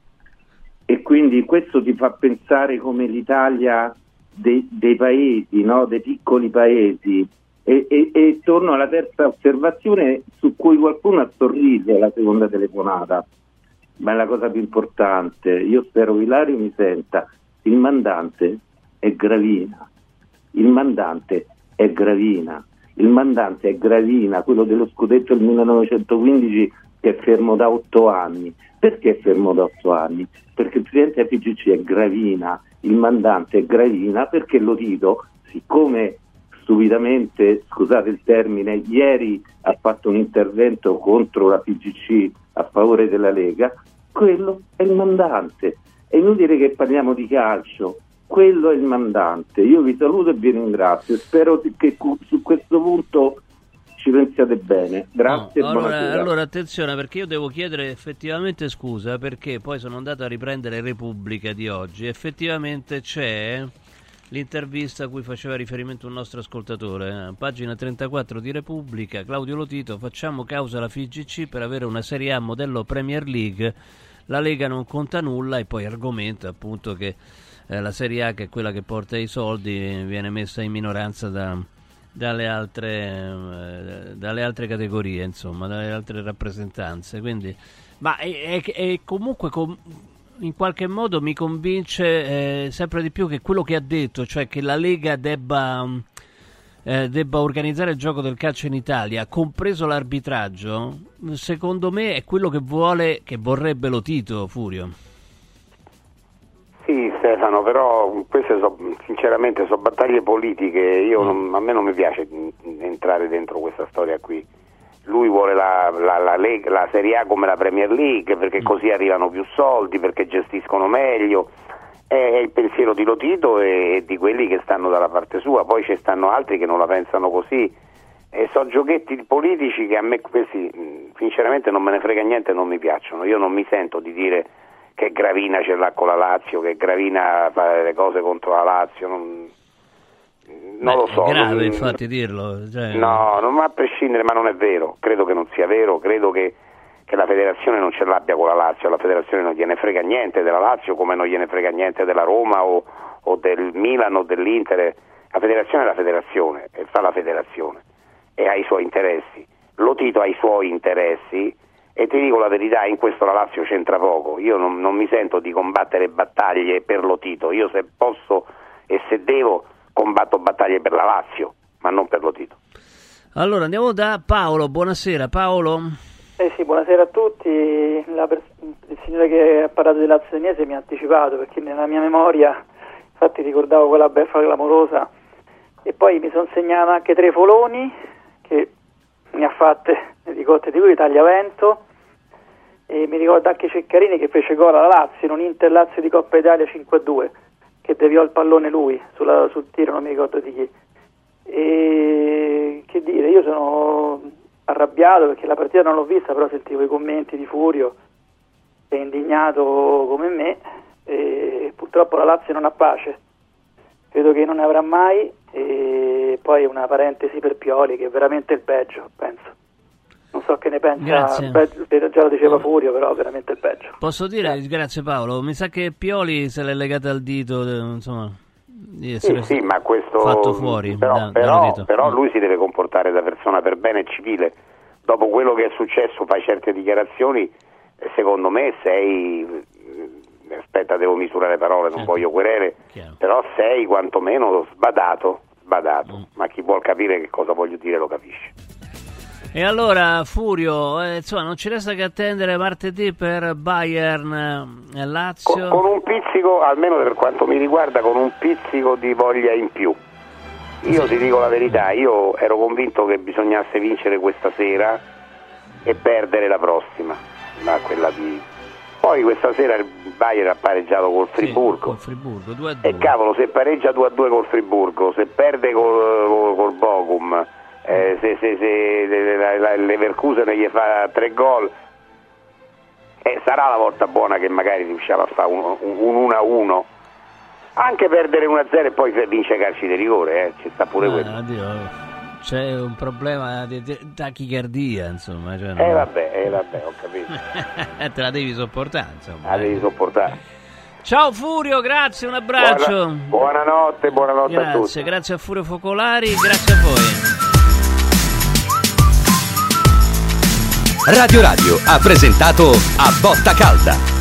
E quindi questo ti fa pensare come l'Italia dei, dei paesi, no? Dei piccoli paesi. E, e, e torno alla terza osservazione su cui qualcuno ha sorriso alla seconda telefonata, ma è la cosa più importante. Io spero che Ilario mi senta. Il mandante è Gravina. Il mandante è Gravina. Il mandante è Gravina, quello dello scudetto del millenovecentoquindici che è fermo da otto anni. Perché è fermo da otto anni? Perché il presidente della P G C è Gravina, il mandante è Gravina, perché lo dico, siccome stupidamente, scusate il termine, ieri ha fatto un intervento contro la P G C a favore della Lega, quello è il mandante. È inutile che parliamo di calcio, quello è il mandante. Io vi saluto e vi ringrazio, spero che su questo punto ci pensiate bene. Grazie No, e allora, buonasera. allora attenzione, perché io devo chiedere effettivamente scusa, perché poi sono andato a riprendere Repubblica di oggi. Effettivamente c'è l'intervista a cui faceva riferimento un nostro ascoltatore, eh, pagina trentaquattro di Repubblica. Claudio Lotito: facciamo causa alla F I G C per avere una Serie A modello Premier League, la Lega non conta nulla, e poi argomenta appunto che eh, la Serie A, che è quella che porta i soldi, viene messa in minoranza da, dalle, altre, eh, dalle altre categorie, insomma, dalle altre rappresentanze. Quindi, ma è, è, è comunque com- in qualche modo mi convince eh, sempre di più che quello che ha detto, cioè che la Lega debba, eh, debba organizzare il gioco del calcio in Italia, compreso l'arbitraggio, secondo me è quello che vuole, che vorrebbe Lotito, Furio. Sì, Stefano, però queste so, sinceramente sono battaglie politiche. Io non, a me non mi piace entrare dentro questa storia qui. Lui vuole la, la, la, Lega, la Serie A come la Premier League, perché così arrivano più soldi, perché gestiscono meglio. È il pensiero di Lotito e di quelli che stanno dalla parte sua. Poi ci stanno altri che non la pensano così. E sono giochetti politici che a me questi sinceramente non me ne frega niente e non mi piacciono. Io non mi sento di dire che Gravina ce l'ha con la Lazio, che Gravina fa le cose contro la Lazio, non, non Beh, lo so. È grave non, infatti dirlo. Cioè... No, non a prescindere, ma non è vero, credo che non sia vero, credo che, che la federazione non ce l'abbia con la Lazio, la federazione non gliene frega niente della Lazio come non gliene frega niente della Roma o, o del Milan o dell'Inter. La federazione è la federazione e fa la federazione e ha i suoi interessi. Lotito ha i suoi interessi e ti dico la verità, in questo la Lazio c'entra poco. Io non, non mi sento di combattere battaglie per Lotito, io se posso e se devo combatto battaglie per la Lazio, ma non per Lotito. Allora andiamo da Paolo, buonasera Paolo. Eh sì, buonasera a tutti. La pers- il signore che ha parlato di Lazio Udinese mi ha anticipato, perché nella mia memoria infatti ricordavo quella beffa clamorosa, e poi mi sono segnato anche tre Foloni che ne ha fatte di cotte di lui, Tagliavento, e mi ricordo anche Ceccarini che fece gol alla Lazio in un Inter Lazio di Coppa Italia cinque a due, che deviò il pallone lui sulla, sul tiro, non mi ricordo di chi. E che dire, io sono arrabbiato perché la partita non l'ho vista, però sentivo i commenti di Furio, è indignato come me, e purtroppo la Lazio non ha pace, credo che non ne avrà mai. E poi una parentesi per Pioli, che è veramente il peggio, penso. Non so che ne pensa, beh, già lo diceva Furio, però veramente il peggio. Posso dire, grazie. grazie Paolo, mi sa che Pioli se l'è legata al dito, insomma, di essere sì, sì, ma questo, fatto fuori. Però, da, però, però lui si deve comportare da persona per bene e civile. Dopo quello che è successo, fai certe dichiarazioni, secondo me sei... Aspetta, devo misurare le parole, non certo. voglio querele, Chiaro. Però sei quantomeno sbadato, sbadato. Mm. Ma chi vuol capire che cosa voglio dire lo capisce. E allora Furio, eh, insomma, non ci resta che attendere martedì per Bayern e Lazio. Con, con un pizzico, almeno per quanto mi riguarda, con un pizzico di voglia in più. Io sì. ti dico la verità, io ero convinto che bisognasse vincere questa sera e perdere la prossima, ma quella di... Poi questa sera il Bayern ha pareggiato col Friburgo, sì, col Friburgo due a due. E cavolo, se pareggia due a due col Friburgo, se perde col, col, col Bochum, eh, se, se, se le, le, Leverkusen gli fa tre gol, eh, sarà la volta buona che magari riusciamo a fare un, un uno a uno, anche perdere uno a zero e poi vince calci di rigore, eh, ci sta pure ah, quello. Addio. C'è un problema di, di tachicardia, insomma. Cioè, eh vabbè, eh vabbè, ho capito. Te la devi sopportare, insomma. La devi sopportare. Ciao Furio, grazie, un abbraccio. Buona, buonanotte, buonanotte grazie, a tutti. Grazie, grazie a Furio Focolari, grazie a voi. Radio Radio ha presentato A Botta Calda.